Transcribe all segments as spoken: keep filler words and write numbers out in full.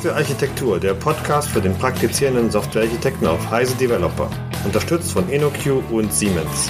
Softwarearchitektur, der Podcast für den praktizierenden Softwarearchitekten auf Heise Developer. Unterstützt von InnoQ und Siemens.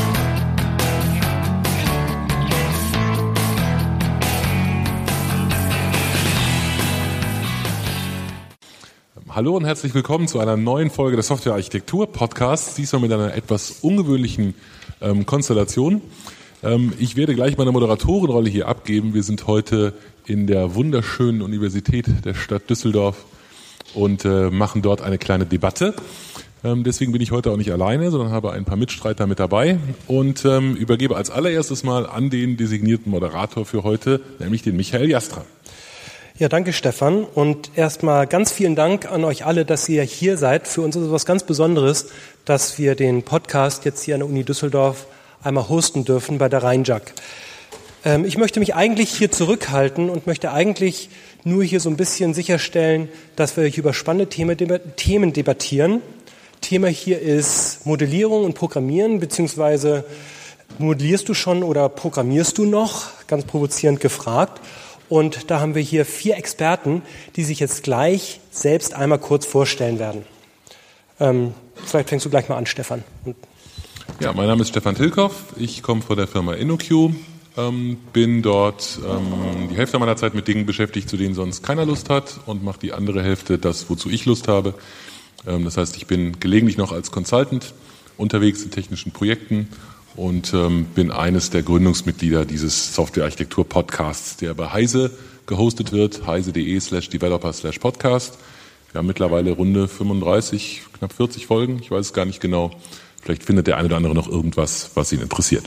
Hallo und herzlich willkommen zu einer neuen Folge des Softwarearchitektur-Podcasts, diesmal mit einer etwas ungewöhnlichen ähm, Konstellation. Ähm, ich werde gleich meine Moderatorenrolle hier abgeben. Wir sind heute in der wunderschönen Universität der Stadt Düsseldorf und äh, machen dort eine kleine Debatte. Ähm, deswegen bin ich heute auch nicht alleine, sondern habe ein paar Mitstreiter mit dabei und ähm, übergebe als allererstes mal an den designierten Moderator für heute, nämlich den Michael Jastra. Ja, danke Stefan und erstmal ganz vielen Dank an euch alle, dass ihr hier seid. Für uns ist es was ganz Besonderes, dass wir den Podcast jetzt hier an der Uni Düsseldorf einmal hosten dürfen bei der Rheinjag. Ähm, ich möchte mich eigentlich hier zurückhalten und möchte eigentlich nur hier so ein bisschen sicherstellen, dass wir hier über spannende Themen, Themen debattieren. Thema hier ist Modellierung und Programmieren, beziehungsweise modellierst du schon oder programmierst du noch? Ganz provozierend gefragt. Und da haben wir hier vier Experten, die sich jetzt gleich selbst einmal kurz vorstellen werden. Ähm, vielleicht fängst du gleich mal an, Stefan. Ja, mein Name ist Stefan Tilkoff. Ich komme von der Firma InnoQ, ähm, bin dort ähm, die Hälfte meiner Zeit mit Dingen beschäftigt, zu denen sonst keiner Lust hat, und mache die andere Hälfte das, wozu ich Lust habe. Ähm, das heißt, ich bin gelegentlich noch als Consultant unterwegs in technischen Projekten und ähm, bin eines der Gründungsmitglieder dieses Softwarearchitektur-Podcasts, der bei Heise gehostet wird, heise.de slash developer slash podcast. Wir haben mittlerweile Runde fünfunddreißig, knapp vierzig Folgen, ich weiß es gar nicht genau. Vielleicht findet der eine oder andere noch irgendwas, was ihn interessiert.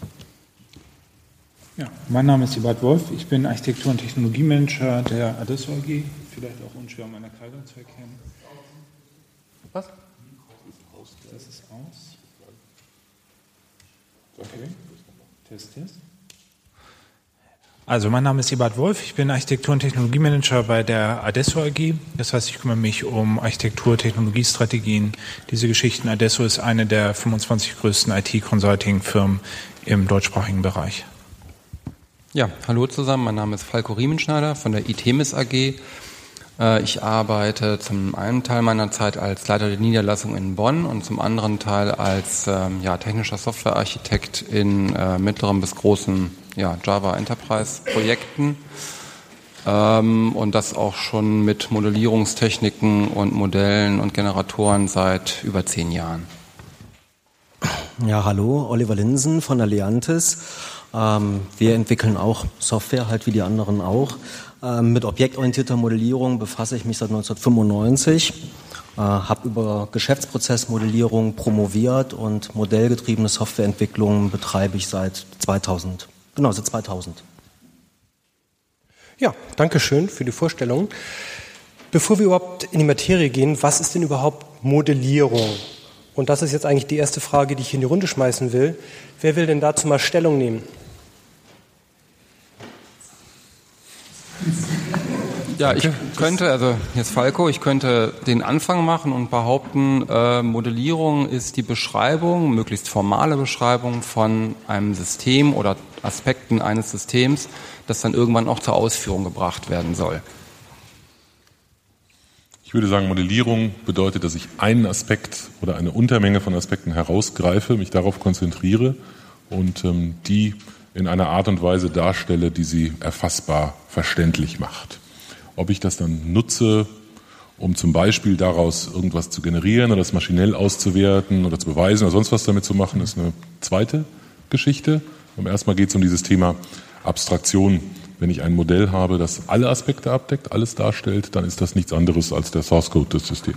Ja, mein Name ist Ebert Wolf, ich bin Architektur- und Technologiemanager der Adesso A G, vielleicht auch unschwer an meiner Kleidung zu erkennen. Was? Das ist aus. Okay. Test, Test. Also mein Name ist Ebert Wolf, ich bin Architektur- und Technologiemanager bei der Adesso A G. Das heißt, ich kümmere mich um Architektur-, Technologiestrategien, diese Geschichten. Adesso ist eine der fünfundzwanzig größten I T-Consulting-Firmen im deutschsprachigen Bereich. Ja, hallo zusammen, mein Name ist Falko Riemenschneider von der Itemis A G. Ich arbeite zum einen Teil meiner Zeit als Leiter der Niederlassung in Bonn und zum anderen Teil als ähm, ja, technischer Softwarearchitekt in äh, mittleren bis großen ja, Java Enterprise Projekten ähm, und das auch schon mit Modellierungstechniken und Modellen und Generatoren seit über zehn Jahren. Ja, hallo, Oliver Linsen von der Leantis. Ähm, wir entwickeln auch Software, halt wie die anderen auch. Ähm, mit objektorientierter Modellierung befasse ich mich seit neunzehnhundertfünfundneunzig, äh, habe über Geschäftsprozessmodellierung promoviert und modellgetriebene Softwareentwicklung betreibe ich seit zweitausend. Genau, seit zweitausend. Ja, danke schön für die Vorstellung. Bevor wir überhaupt in die Materie gehen, was ist denn überhaupt Modellierung? Und das ist jetzt eigentlich die erste Frage, die ich in die Runde schmeißen will. Wer will denn dazu mal Stellung nehmen? Ja, ich könnte, also jetzt Falko, ich könnte den Anfang machen und behaupten, äh, Modellierung ist die Beschreibung, möglichst formale Beschreibung von einem System oder Aspekten eines Systems, das dann irgendwann auch zur Ausführung gebracht werden soll. Ich würde sagen, Modellierung bedeutet, dass ich einen Aspekt oder eine Untermenge von Aspekten herausgreife, mich darauf konzentriere und ähm, die in einer Art und Weise darstelle, die sie erfassbar verständlich macht. Ob ich das dann nutze, um zum Beispiel daraus irgendwas zu generieren oder das maschinell auszuwerten oder zu beweisen oder sonst was damit zu machen, ist eine zweite Geschichte. Aber erstmal geht es um dieses Thema Abstraktion. Wenn ich ein Modell habe, das alle Aspekte abdeckt, alles darstellt, dann ist das nichts anderes als der Source Code des Systems.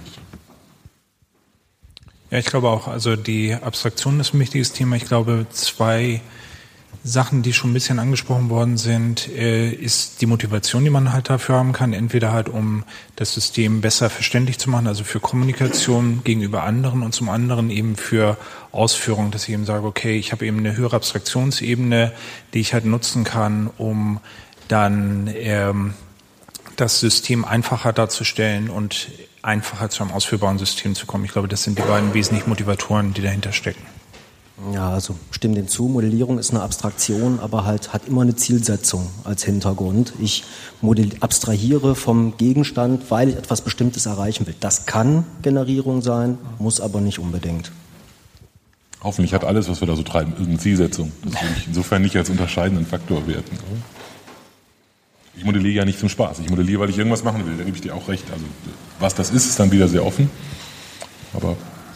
Ja, ich glaube auch, also die Abstraktion ist ein wichtiges Thema. Ich glaube, zwei Sachen, die schon ein bisschen angesprochen worden sind, ist die Motivation, die man halt dafür haben kann. Entweder halt, um das System besser verständlich zu machen, also für Kommunikation gegenüber anderen, und zum anderen eben für Ausführung, dass ich eben sage, okay, ich habe eben eine höhere Abstraktionsebene, die ich halt nutzen kann, um dann ähm, das System einfacher darzustellen und einfacher zu einem ausführbaren System zu kommen. Ich glaube, das sind die beiden wesentlichen Motivatoren, die dahinter stecken. Ja, also stimmt dem zu. Modellierung ist eine Abstraktion, aber halt hat immer eine Zielsetzung als Hintergrund. Ich modell- abstrahiere vom Gegenstand, weil ich etwas Bestimmtes erreichen will. Das kann Generierung sein, muss aber nicht unbedingt. Hoffentlich hat alles, was wir da so treiben, irgendeine Zielsetzung. Das würde ich insofern nicht als unterscheidenden Faktor werten. Ich modelliere ja nicht zum Spaß. Ich modelliere, weil ich irgendwas machen will. Da gebe ich dir auch recht. Also was das ist, ist dann wieder sehr offen. Aber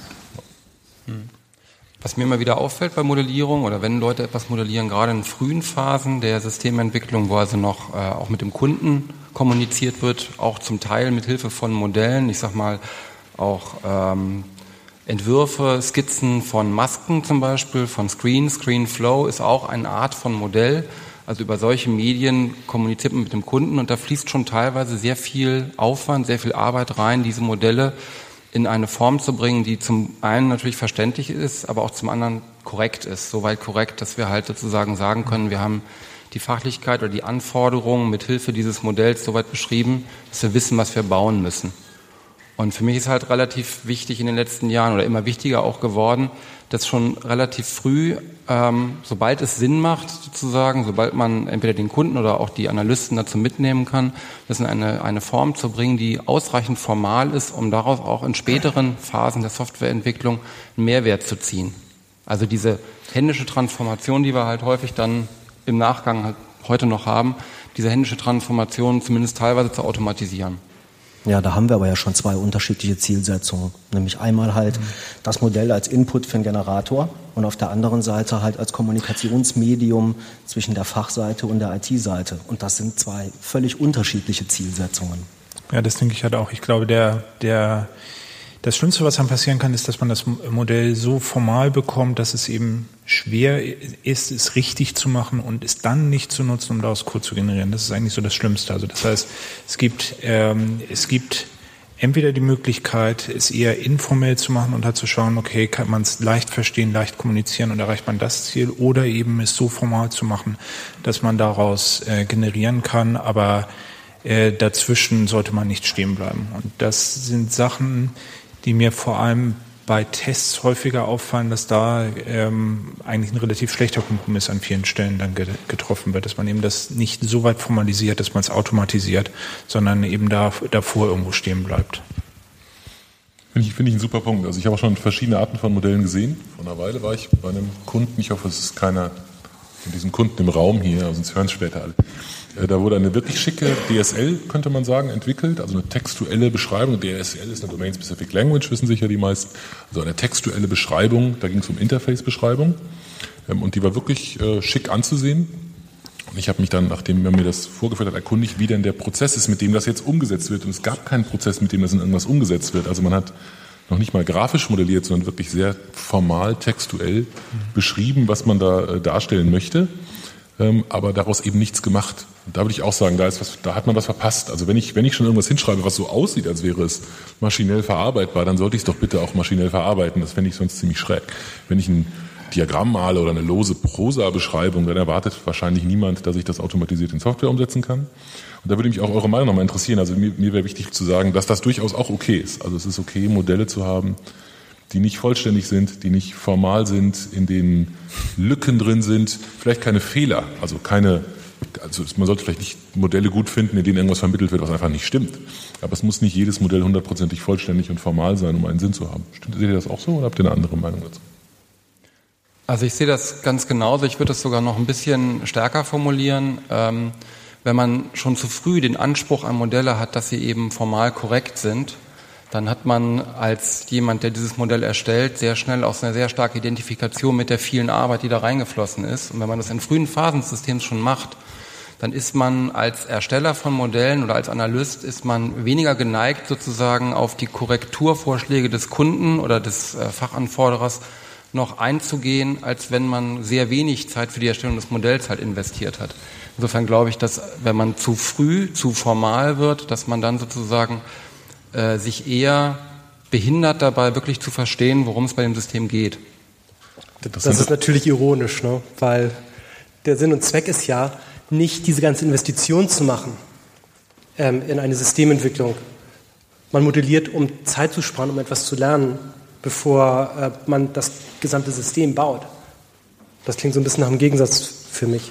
was mir immer wieder auffällt bei Modellierung oder wenn Leute etwas modellieren, gerade in frühen Phasen der Systementwicklung, wo also noch äh, auch mit dem Kunden kommuniziert wird, auch zum Teil mit Hilfe von Modellen, ich sag mal auch ähm, Entwürfe, Skizzen von Masken zum Beispiel, von Screen, Screenflow ist auch eine Art von Modell. Also über solche Medien kommuniziert man mit dem Kunden und da fließt schon teilweise sehr viel Aufwand, sehr viel Arbeit rein, diese Modelle in eine Form zu bringen, die zum einen natürlich verständlich ist, aber auch zum anderen korrekt ist. Soweit korrekt, dass wir halt sozusagen sagen können, wir haben die Fachlichkeit oder die Anforderungen mit Hilfe dieses Modells soweit beschrieben, dass wir wissen, was wir bauen müssen. Und für mich ist halt relativ wichtig in den letzten Jahren oder immer wichtiger auch geworden, dass schon relativ früh, ähm, sobald es Sinn macht sozusagen, sobald man entweder den Kunden oder auch die Analysten dazu mitnehmen kann, das in eine, eine Form zu bringen, die ausreichend formal ist, um daraus auch in späteren Phasen der Softwareentwicklung einen Mehrwert zu ziehen. Also diese händische Transformation, die wir halt häufig dann im Nachgang halt heute noch haben, diese händische Transformation zumindest teilweise zu automatisieren. Ja, da haben wir aber ja schon zwei unterschiedliche Zielsetzungen. Nämlich einmal halt das Modell als Input für den Generator und auf der anderen Seite halt als Kommunikationsmedium zwischen der Fachseite und der I T-Seite. Und das sind zwei völlig unterschiedliche Zielsetzungen. Ja, das denke ich halt auch. Ich glaube, der, der, das Schlimmste, was dann passieren kann, ist, dass man das Modell so formal bekommt, dass es eben schwer ist, es richtig zu machen und es dann nicht zu nutzen, um daraus Code zu generieren. Das ist eigentlich so das Schlimmste. Also das heißt, es gibt, ähm, es gibt entweder die Möglichkeit, es eher informell zu machen und halt zu schauen, okay, kann man es leicht verstehen, leicht kommunizieren und erreicht man das Ziel, oder eben es so formal zu machen, dass man daraus äh, generieren kann, aber äh, dazwischen sollte man nicht stehen bleiben. Und das sind Sachen, die mir vor allem bei Tests häufiger auffallen, dass da ähm, eigentlich ein relativ schlechter Kompromiss an vielen Stellen dann getroffen wird, dass man eben das nicht so weit formalisiert, dass man es automatisiert, sondern eben da, davor irgendwo stehen bleibt. Finde ich, finde ich einen super Punkt. Also ich habe auch schon verschiedene Arten von Modellen gesehen. Vor einer Weile war ich bei einem Kunden, ich hoffe, es ist keiner von diesen Kunden im Raum hier, also sonst hören es später alle. Da wurde eine wirklich schicke D S L, könnte man sagen, entwickelt, also eine textuelle Beschreibung. D S L ist eine Domain-Specific Language, wissen sicher die meisten. Also eine textuelle Beschreibung, da ging es um Interface-Beschreibung. Und die war wirklich schick anzusehen. Und ich habe mich dann, nachdem man mir das vorgeführt hat, erkundigt, wie denn der Prozess ist, mit dem das jetzt umgesetzt wird. Und es gab keinen Prozess, mit dem das in irgendwas umgesetzt wird. Also man hat noch nicht mal grafisch modelliert, sondern wirklich sehr formal, textuell beschrieben, was man da darstellen möchte. Aber daraus eben nichts gemacht. Und da würde ich auch sagen, da ist was, da hat man was verpasst. Also wenn ich, wenn ich schon irgendwas hinschreibe, was so aussieht, als wäre es maschinell verarbeitbar, dann sollte ich es doch bitte auch maschinell verarbeiten. Das fände ich sonst ziemlich schräg. Wenn ich ein Diagramm male oder eine lose Prosa-Beschreibung, dann erwartet wahrscheinlich niemand, dass ich das automatisiert in Software umsetzen kann. Und da würde mich auch eure Meinung nochmal interessieren. Also mir, mir wäre wichtig zu sagen, dass das durchaus auch okay ist. Also es ist okay, Modelle zu haben, die nicht vollständig sind, die nicht formal sind, in denen Lücken drin sind, vielleicht keine Fehler, also keine, also man sollte vielleicht nicht Modelle gut finden, in denen irgendwas vermittelt wird, was einfach nicht stimmt. Aber es muss nicht jedes Modell hundertprozentig vollständig und formal sein, um einen Sinn zu haben. Stimmt, seht ihr das auch so oder habt ihr eine andere Meinung dazu? Also ich sehe das ganz genauso. Ich würde das sogar noch ein bisschen stärker formulieren. Ähm, wenn man schon zu früh den Anspruch an Modelle hat, dass sie eben formal korrekt sind, dann hat man als jemand, der dieses Modell erstellt, sehr schnell auch eine sehr starke Identifikation mit der vielen Arbeit, die da reingeflossen ist. Und wenn man das in frühen Phasen des Systems schon macht, dann ist man als Ersteller von Modellen oder als Analyst ist man weniger geneigt, sozusagen auf die Korrekturvorschläge des Kunden oder des äh, Fachanforderers noch einzugehen, als wenn man sehr wenig Zeit für die Erstellung des Modells halt investiert hat. Insofern glaube ich, dass wenn man zu früh, zu formal wird, dass man dann sozusagen äh, sich eher behindert dabei, wirklich zu verstehen, worum es bei dem System geht. Das, das ist natürlich ironisch, ne? Weil der Sinn und Zweck ist ja, nicht diese ganze Investition zu machen ähm, in eine Systementwicklung. Man modelliert, um Zeit zu sparen, um etwas zu lernen, bevor äh, man das gesamte System baut. Das klingt so ein bisschen nach einem Gegensatz für mich.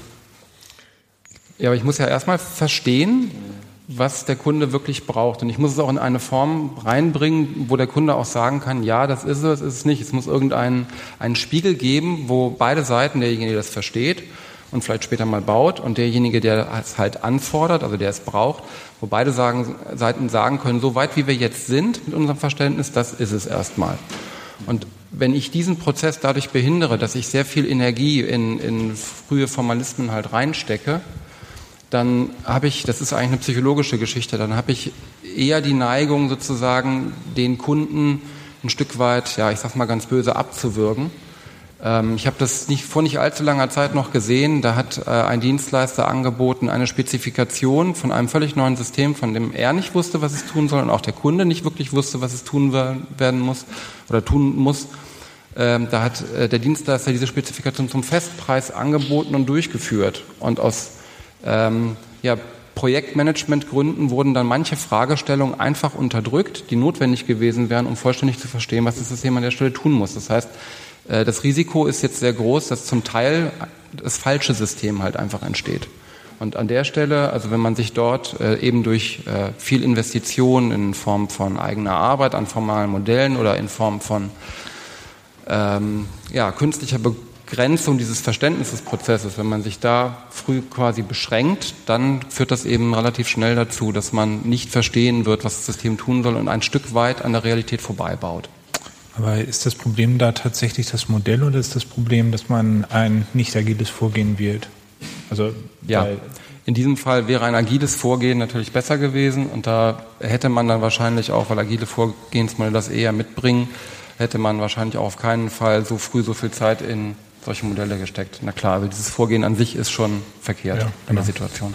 Ja, aber ich muss ja erstmal verstehen, was der Kunde wirklich braucht. Und ich muss es auch in eine Form reinbringen, wo der Kunde auch sagen kann, ja, das ist es, ist es nicht. Es muss irgendeinen einen Spiegel geben, wo beide Seiten, derjenige, der das versteht und vielleicht später mal baut, und derjenige, der es halt anfordert, also der es braucht, wo beide sagen, Seiten sagen können, so weit wie wir jetzt sind mit unserem Verständnis, das ist es erstmal. Und wenn ich diesen Prozess dadurch behindere, dass ich sehr viel Energie in, in frühe Formalismen halt reinstecke, dann habe ich, das ist eigentlich eine psychologische Geschichte, dann habe ich eher die Neigung sozusagen, den Kunden ein Stück weit, ja, ich sag's mal ganz böse, abzuwürgen. Ähm, ich habe das nicht vor nicht allzu langer Zeit noch gesehen, da hat äh, ein Dienstleister angeboten, eine Spezifikation von einem völlig neuen System, von dem er nicht wusste, was es tun soll, und auch der Kunde nicht wirklich wusste, was es tun werden muss oder tun muss. Ähm, da hat äh, der Dienstleister diese Spezifikation zum Festpreis angeboten und durchgeführt. Und aus ähm, ja, Projektmanagementgründen wurden dann manche Fragestellungen einfach unterdrückt, die notwendig gewesen wären, um vollständig zu verstehen, was das System an der Stelle tun muss. Das heißt, äh, das Risiko ist jetzt sehr groß, dass zum Teil das falsche System halt einfach entsteht. Und an der Stelle, also wenn man sich dort äh, eben durch äh, viel Investition in Form von eigener Arbeit an formalen Modellen oder in Form von ähm, ja, künstlicher Begrenzung dieses Verständnisses des Prozesses, wenn man sich da früh quasi beschränkt, dann führt das eben relativ schnell dazu, dass man nicht verstehen wird, was das System tun soll und ein Stück weit an der Realität vorbeibaut. Aber ist das Problem da tatsächlich das Modell oder ist das Problem, dass man ein nicht agiles Vorgehen wählt? Also ja, in diesem Fall wäre ein agiles Vorgehen natürlich besser gewesen, und da hätte man dann wahrscheinlich auch, weil agile Vorgehensmodelle das eher mitbringen, hätte man wahrscheinlich auch auf keinen Fall so früh so viel Zeit in solche Modelle gesteckt. Na klar, also dieses Vorgehen an sich ist schon verkehrt ja, in der Situation.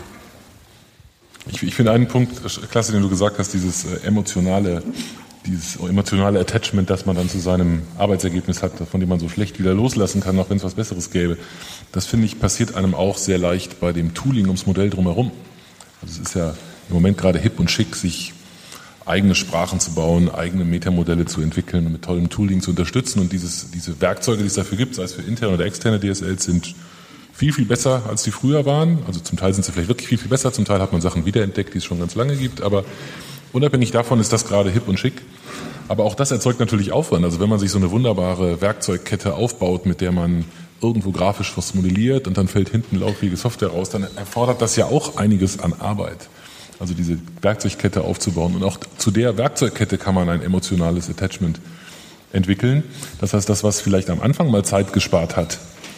Ich, ich finde einen Punkt klasse, den du gesagt hast, dieses äh, emotionale, dieses emotionale Attachment, das man dann zu seinem Arbeitsergebnis hat, von dem man so schlecht wieder loslassen kann, auch wenn es was Besseres gäbe. Das, finde ich, passiert einem auch sehr leicht bei dem Tooling ums Modell drumherum. Also es ist ja im Moment gerade hip und schick, sich eigene Sprachen zu bauen, eigene Metamodelle zu entwickeln und mit tollem Tooling zu unterstützen. Und dieses, diese Werkzeuge, die es dafür gibt, sei es für interne oder externe D S Ls, sind viel, viel besser, als die früher waren. Also zum Teil sind sie vielleicht wirklich viel, viel besser, zum Teil hat man Sachen wiederentdeckt, die es schon ganz lange gibt. Aber unabhängig davon ist das gerade hip und schick. Aber auch das erzeugt natürlich Aufwand. Also wenn man sich so eine wunderbare Werkzeugkette aufbaut, mit der man irgendwo grafisch was modelliert und dann fällt hinten laufige Software raus, dann erfordert das ja auch einiges an Arbeit. Also diese Werkzeugkette aufzubauen. Und auch zu der Werkzeugkette kann man ein emotionales Attachment entwickeln. Das heißt, das, was vielleicht am Anfang mal Zeit gespart hat,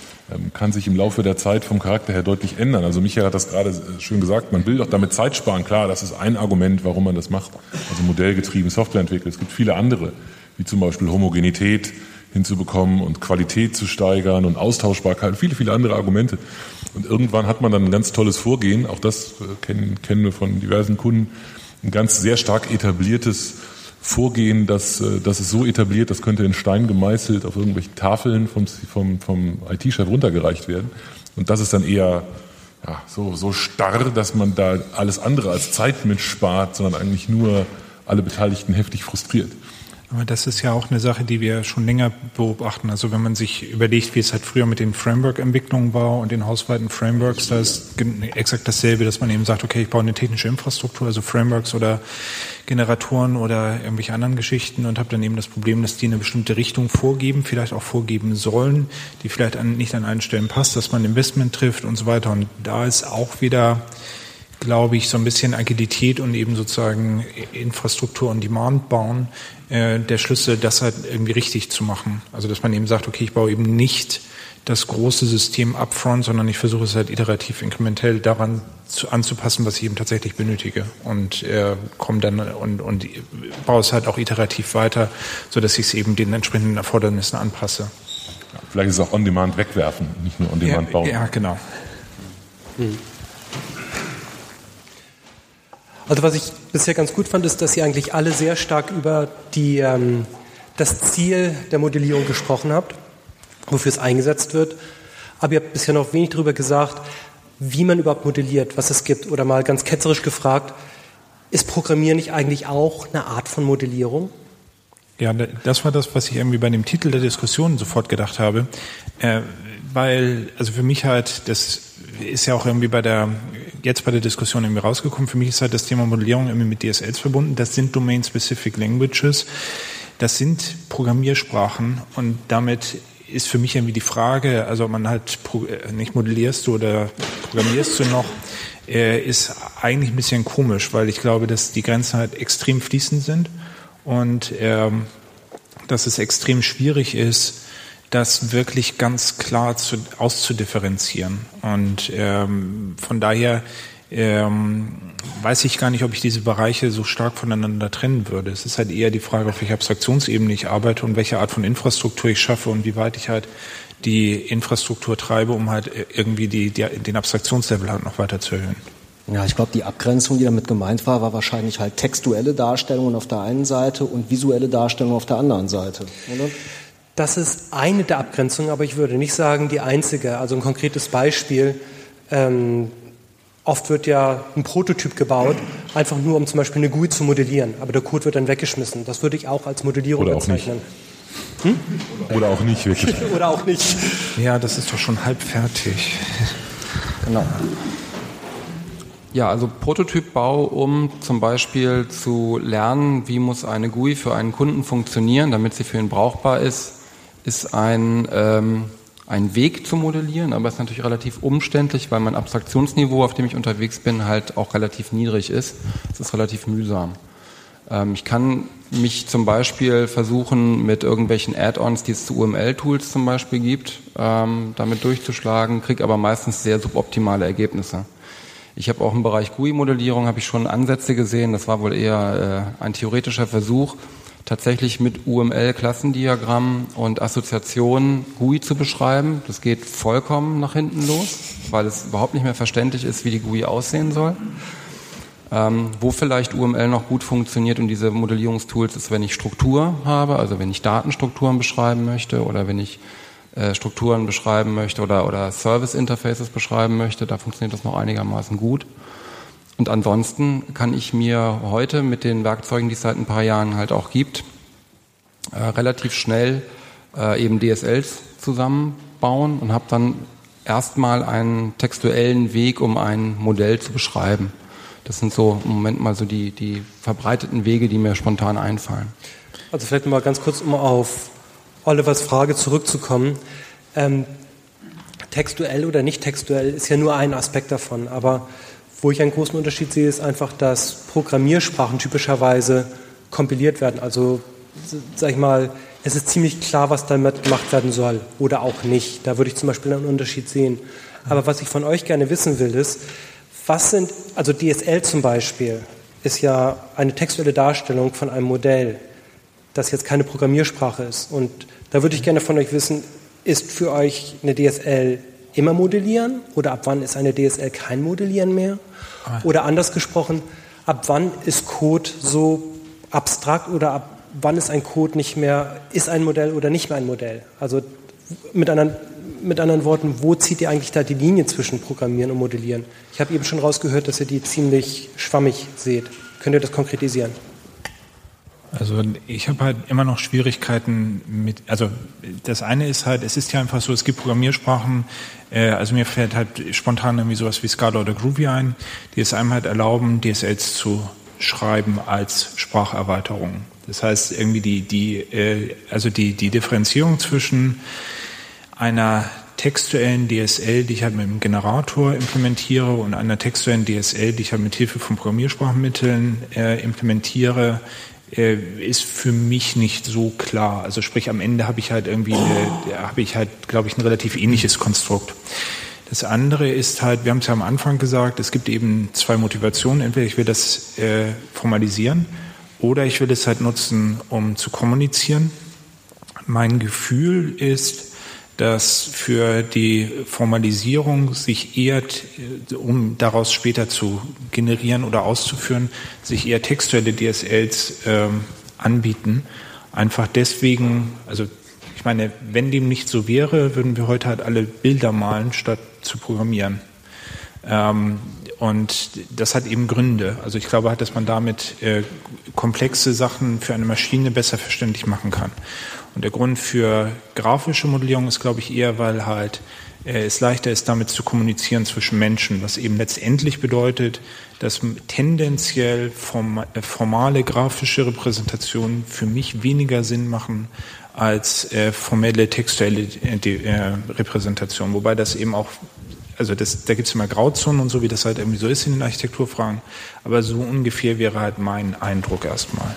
kann sich im Laufe der Zeit vom Charakter her deutlich ändern. Also Michael hat das gerade schön gesagt, man will doch damit Zeit sparen. Klar, das ist ein Argument, warum man das macht. Also modellgetrieben Software entwickelt. Es gibt viele andere, wie zum Beispiel Homogenität hinzubekommen und Qualität zu steigern und Austauschbarkeit, viele, viele andere Argumente. Und irgendwann hat man dann ein ganz tolles Vorgehen, auch das kennen, kennen wir von diversen Kunden, ein ganz sehr stark etabliertes Vorgehen, das, das ist so etabliert, das könnte in Stein gemeißelt auf irgendwelchen Tafeln vom, vom, vom I T-Chef runtergereicht werden. Und das ist dann eher ja, so, so starr, dass man da alles andere als Zeit mitspart, sondern eigentlich nur alle Beteiligten heftig frustriert. Aber das ist ja auch eine Sache, die wir schon länger beobachten. Also wenn man sich überlegt, wie es halt früher mit den Framework-Entwicklungen war und den hausweiten Frameworks, da ist exakt dasselbe, dass man eben sagt, okay, ich baue eine technische Infrastruktur, also Frameworks oder Generatoren oder irgendwelche anderen Geschichten, und habe dann eben das Problem, dass die eine bestimmte Richtung vorgeben, vielleicht auch vorgeben sollen, die vielleicht an, nicht an allen Stellen passt, dass man Investment trifft und so weiter. Und da ist auch wieder, glaube ich, so ein bisschen Agilität und eben sozusagen Infrastruktur on Demand bauen, äh, der Schlüssel, das halt irgendwie richtig zu machen. Also dass man eben sagt, okay, ich baue eben nicht das große System upfront, sondern ich versuche es halt iterativ, inkrementell daran zu, anzupassen, was ich eben tatsächlich benötige, und äh, komme dann und, und baue es halt auch iterativ weiter, sodass ich es eben den entsprechenden Erfordernissen anpasse. Ja, vielleicht ist es auch On-Demand wegwerfen, nicht nur On-Demand ja, bauen. Ja, genau. Hm. Also was ich bisher ganz gut fand, ist, dass ihr eigentlich alle sehr stark über die, ähm, das Ziel der Modellierung gesprochen habt, wofür es eingesetzt wird. Aber ihr habt bisher noch wenig darüber gesagt, wie man überhaupt modelliert, was es gibt. Oder mal ganz ketzerisch gefragt, ist Programmieren nicht eigentlich auch eine Art von Modellierung? Ja, das war das, was ich irgendwie bei dem Titel der Diskussion sofort gedacht habe. Äh, weil, also für mich halt, das ist ja auch irgendwie bei der, jetzt bei der Diskussion irgendwie rausgekommen, für mich ist halt das Thema Modellierung irgendwie mit D S Ls verbunden. Das sind Domain-Specific Languages. Das sind Programmiersprachen und damit ist für mich irgendwie die Frage, also man halt nicht modellierst du oder programmierst du noch, ist eigentlich ein bisschen komisch, weil ich glaube, dass die Grenzen halt extrem fließend sind und ähm, dass es extrem schwierig ist, das wirklich ganz klar zu, auszudifferenzieren. Und ähm, von daher ähm, weiß ich gar nicht, ob ich diese Bereiche so stark voneinander trennen würde. Es ist halt eher die Frage, auf welcher Abstraktionsebene ich arbeite und welche Art von Infrastruktur ich schaffe und wie weit ich halt die Infrastruktur treibe, um halt irgendwie die, die, den Abstraktionslevel halt noch weiter zu erhöhen. Ja, ich glaube, die Abgrenzung, die damit gemeint war, war wahrscheinlich halt textuelle Darstellungen auf der einen Seite und visuelle Darstellungen auf der anderen Seite, oder? Das ist eine der Abgrenzungen, aber ich würde nicht sagen, die einzige. Also ein konkretes Beispiel. Ähm, oft wird ja ein Prototyp gebaut, einfach nur, um zum Beispiel eine G U I zu modellieren. Aber der Code wird dann weggeschmissen. Das würde ich auch als Modellierung Oder bezeichnen. Auch hm? Oder auch nicht, wirklich. Oder auch nicht. Ja, das ist doch schon halb fertig. Genau. Ja, also Prototypbau, um zum Beispiel zu lernen, wie muss eine G U I für einen Kunden funktionieren, damit sie für ihn brauchbar ist, ist ein, ähm, ein Weg zu modellieren, aber es ist natürlich relativ umständlich, weil mein Abstraktionsniveau, auf dem ich unterwegs bin, halt auch relativ niedrig ist. Es ist relativ mühsam. Ähm, ich kann mich zum Beispiel versuchen, mit irgendwelchen Add-ons, die es zu U M L-Tools zum Beispiel gibt, ähm, damit durchzuschlagen, kriege aber meistens sehr suboptimale Ergebnisse. Ich habe auch im Bereich G U I-Modellierung habe ich schon Ansätze gesehen, das war wohl eher äh, ein theoretischer Versuch, tatsächlich mit U M L-Klassendiagrammen und Assoziationen G U I zu beschreiben. Das geht vollkommen nach hinten los, weil es überhaupt nicht mehr verständlich ist, wie die G U I aussehen soll. Ähm, wo vielleicht U M L noch gut funktioniert und diese Modellierungstools ist, wenn ich Struktur habe, also wenn ich Datenstrukturen beschreiben möchte oder wenn ich äh, Strukturen beschreiben möchte oder, oder Service-Interfaces beschreiben möchte, da funktioniert das noch einigermaßen gut. Und ansonsten kann ich mir heute mit den Werkzeugen, die es seit ein paar Jahren halt auch gibt, äh, relativ schnell äh, eben D S Ls zusammenbauen und habe dann erstmal einen textuellen Weg, um ein Modell zu beschreiben. Das sind so im Moment mal so die, die verbreiteten Wege, die mir spontan einfallen. Also vielleicht mal ganz kurz, um auf Olivers Frage zurückzukommen. Ähm, textuell oder nicht textuell ist ja nur ein Aspekt davon, aber wo ich einen großen Unterschied sehe, ist einfach, dass Programmiersprachen typischerweise kompiliert werden. Also, sag ich mal, es ist ziemlich klar, was damit gemacht werden soll oder auch nicht. Da würde ich zum Beispiel einen Unterschied sehen. Aber was ich von euch gerne wissen will, ist, was sind, also D S L zum Beispiel, ist ja eine textuelle Darstellung von einem Modell, das jetzt keine Programmiersprache ist. Und da würde ich gerne von euch wissen, ist für euch eine D S L immer modellieren oder ab wann ist eine D S L kein Modellieren mehr? Oder anders gesprochen, ab wann ist Code so abstrakt oder ab wann ist ein Code nicht mehr, ist ein Modell oder nicht mehr ein Modell? Also mit anderen, mit anderen Worten, wo zieht ihr eigentlich da die Linie zwischen Programmieren und Modellieren? Ich habe eben schon rausgehört, dass ihr die ziemlich schwammig seht. Könnt ihr das konkretisieren? Also ich habe halt immer noch Schwierigkeiten mit, also das eine ist halt, es ist ja einfach so, es gibt Programmiersprachen, äh, also mir fällt halt spontan irgendwie sowas wie Scala oder Groovy ein, die es einem halt erlauben, D S Ls zu schreiben als Spracherweiterung. Das heißt irgendwie die, die, äh, also die, die Differenzierung zwischen einer textuellen D S L, die ich halt mit dem Generator implementiere und einer textuellen D S L, die ich halt mit Hilfe von Programmiersprachenmitteln äh, implementiere, ist für mich nicht so klar. Also sprich, am Ende habe ich halt irgendwie, eine, habe ich halt, glaube ich, ein relativ ähnliches Konstrukt. Das andere ist halt, wir haben es ja am Anfang gesagt, es gibt eben zwei Motivationen. Entweder ich will das äh, formalisieren oder ich will es halt nutzen, um zu kommunizieren. Mein Gefühl ist, dass für die Formalisierung sich eher, um daraus später zu generieren oder auszuführen, sich eher textuelle D S Ls ähm, anbieten. Einfach deswegen, also ich meine, wenn dem nicht so wäre, würden wir heute halt alle Bilder malen, statt zu programmieren. Ähm, Und das hat eben Gründe. Also ich glaube halt, dass man damit äh, komplexe Sachen für eine Maschine besser verständlich machen kann. Und der Grund für grafische Modellierung ist, glaube ich, eher, weil halt äh, es leichter ist, damit zu kommunizieren zwischen Menschen, was eben letztendlich bedeutet, dass tendenziell form, äh, formale grafische Repräsentationen für mich weniger Sinn machen als äh, formelle textuelle äh, Repräsentationen. Wobei das eben auch, also das, da gibt es immer Grauzonen und so, wie das halt irgendwie so ist in den Architekturfragen. Aber so ungefähr wäre halt mein Eindruck erstmal.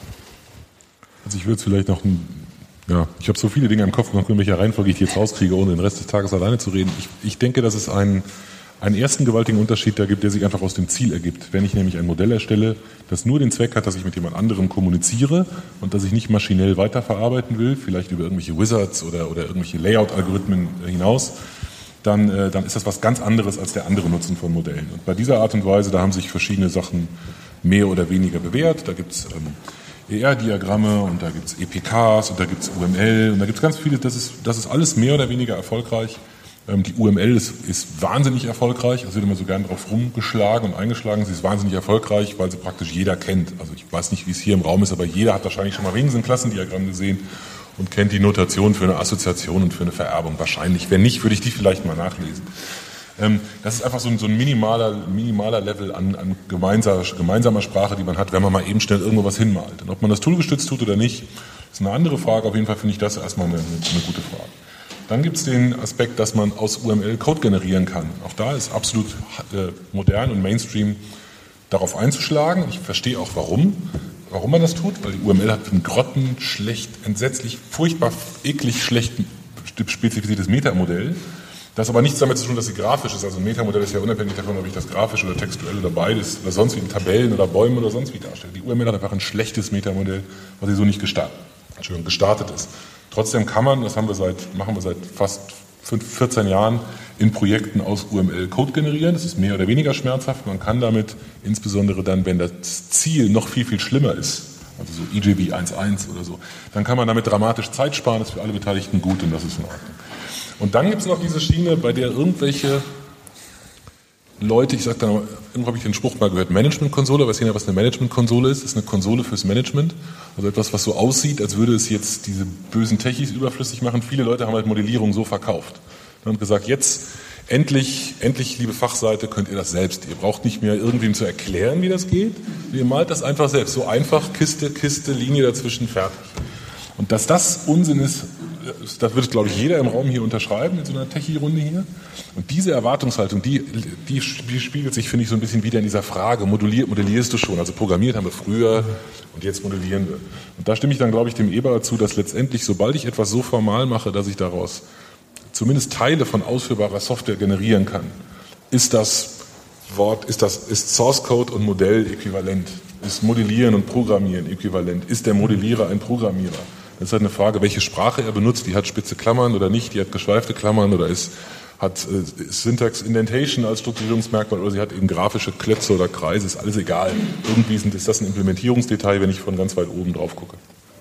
Also ich würde es vielleicht noch ein Ja, ich habe so viele Dinge im Kopf, noch in welcher Reihenfolge ich die jetzt rauskriege, ohne den Rest des Tages alleine zu reden. Ich, ich denke, dass es einen, einen ersten gewaltigen Unterschied da gibt, der sich einfach aus dem Ziel ergibt. Wenn ich nämlich ein Modell erstelle, das nur den Zweck hat, dass ich mit jemand anderem kommuniziere und dass ich nicht maschinell weiterverarbeiten will, vielleicht über irgendwelche Wizards oder, oder irgendwelche Layout-Algorithmen hinaus, dann, äh, dann ist das was ganz anderes als der andere Nutzen von Modellen. Und bei dieser Art und Weise, da haben sich verschiedene Sachen mehr oder weniger bewährt. Da gibt es ähm, E R-Diagramme und da gibt es E P Ks und da gibt es U M L und da gibt es ganz viele, das ist, das ist alles mehr oder weniger erfolgreich. Ähm, die U M L ist, ist wahnsinnig erfolgreich, es wird immer so gern drauf rumgeschlagen und eingeschlagen, sie ist wahnsinnig erfolgreich, weil sie praktisch jeder kennt. Also ich weiß nicht, wie es hier im Raum ist, aber jeder hat wahrscheinlich schon mal wenigstens ein Klassendiagramm gesehen und kennt die Notation für eine Assoziation und für eine Vererbung wahrscheinlich. Wenn nicht, würde ich die vielleicht mal nachlesen. Das ist einfach so ein, so ein minimaler, minimaler Level an, an gemeinsamer, gemeinsamer Sprache, die man hat, wenn man mal eben schnell irgendwo was hinmalt. Und ob man das toolgestützt tut oder nicht, ist eine andere Frage. Auf jeden Fall finde ich das erstmal eine, eine gute Frage. Dann gibt es den Aspekt, dass man aus U M L Code generieren kann. Auch da ist absolut äh, modern und Mainstream darauf einzuschlagen. Ich verstehe auch warum, warum man das tut, weil die U M L hat ein grottenschlecht, entsetzlich, furchtbar, eklig schlecht spezifiziertes Metamodell. Das hat aber nichts damit zu tun, dass sie grafisch ist. Also ein Metamodell ist ja unabhängig davon, ob ich das grafisch oder textuell oder beides oder sonst wie in Tabellen oder Bäumen oder sonst wie darstelle. Die U M L hat einfach ein schlechtes Metamodell, was sie so nicht gestartet, Entschuldigung, gestartet ist. Trotzdem kann man, das haben wir seit, machen wir seit fast vierzehn Jahren in Projekten aus U M L Code generieren. Das ist mehr oder weniger schmerzhaft. Man kann damit, insbesondere dann, wenn das Ziel noch viel, viel schlimmer ist, also so E J B eins Punkt eins oder so, dann kann man damit dramatisch Zeit sparen. Das ist für alle Beteiligten gut und das ist in Ordnung. Und dann gibt es noch diese Schiene, bei der irgendwelche Leute, ich sage da, irgendwo habe ich den Spruch mal gehört, Management-Konsole, weiß jeder, was eine Management-Konsole ist? Das ist eine Konsole fürs Management, also etwas, was so aussieht, als würde es jetzt diese bösen Techies überflüssig machen. Viele Leute haben halt Modellierung so verkauft und gesagt, jetzt endlich, endlich, liebe Fachseite, könnt ihr das selbst. Ihr braucht nicht mehr irgendwem zu erklären, wie das geht. Ihr malt das einfach selbst, so einfach, Kiste, Kiste, Linie dazwischen, fertig. Und dass das Unsinn ist, das wird, glaube ich, jeder im Raum hier unterschreiben, in so einer Techie-Runde hier. Und diese Erwartungshaltung, die, die spiegelt sich, finde ich, so ein bisschen wieder in dieser Frage, modellier, modellierst du schon? Also programmiert haben wir früher und jetzt modellieren wir. Und da stimme ich dann, glaube ich, dem Eber zu, dass letztendlich, sobald ich etwas so formal mache, dass ich daraus zumindest Teile von ausführbarer Software generieren kann, ist das Wort, ist das, ist Source Code und Modell äquivalent? Ist Modellieren und Programmieren äquivalent? Ist der Modellierer ein Programmierer? Das ist halt eine Frage, welche Sprache er benutzt. Die hat spitze Klammern oder nicht, die hat geschweifte Klammern oder ist, hat äh, Syntax Indentation als Strukturierungsmerkmal oder sie hat eben grafische Klötze oder Kreise, ist alles egal. Irgendwie sind, ist das ein Implementierungsdetail, wenn ich von ganz weit oben drauf gucke.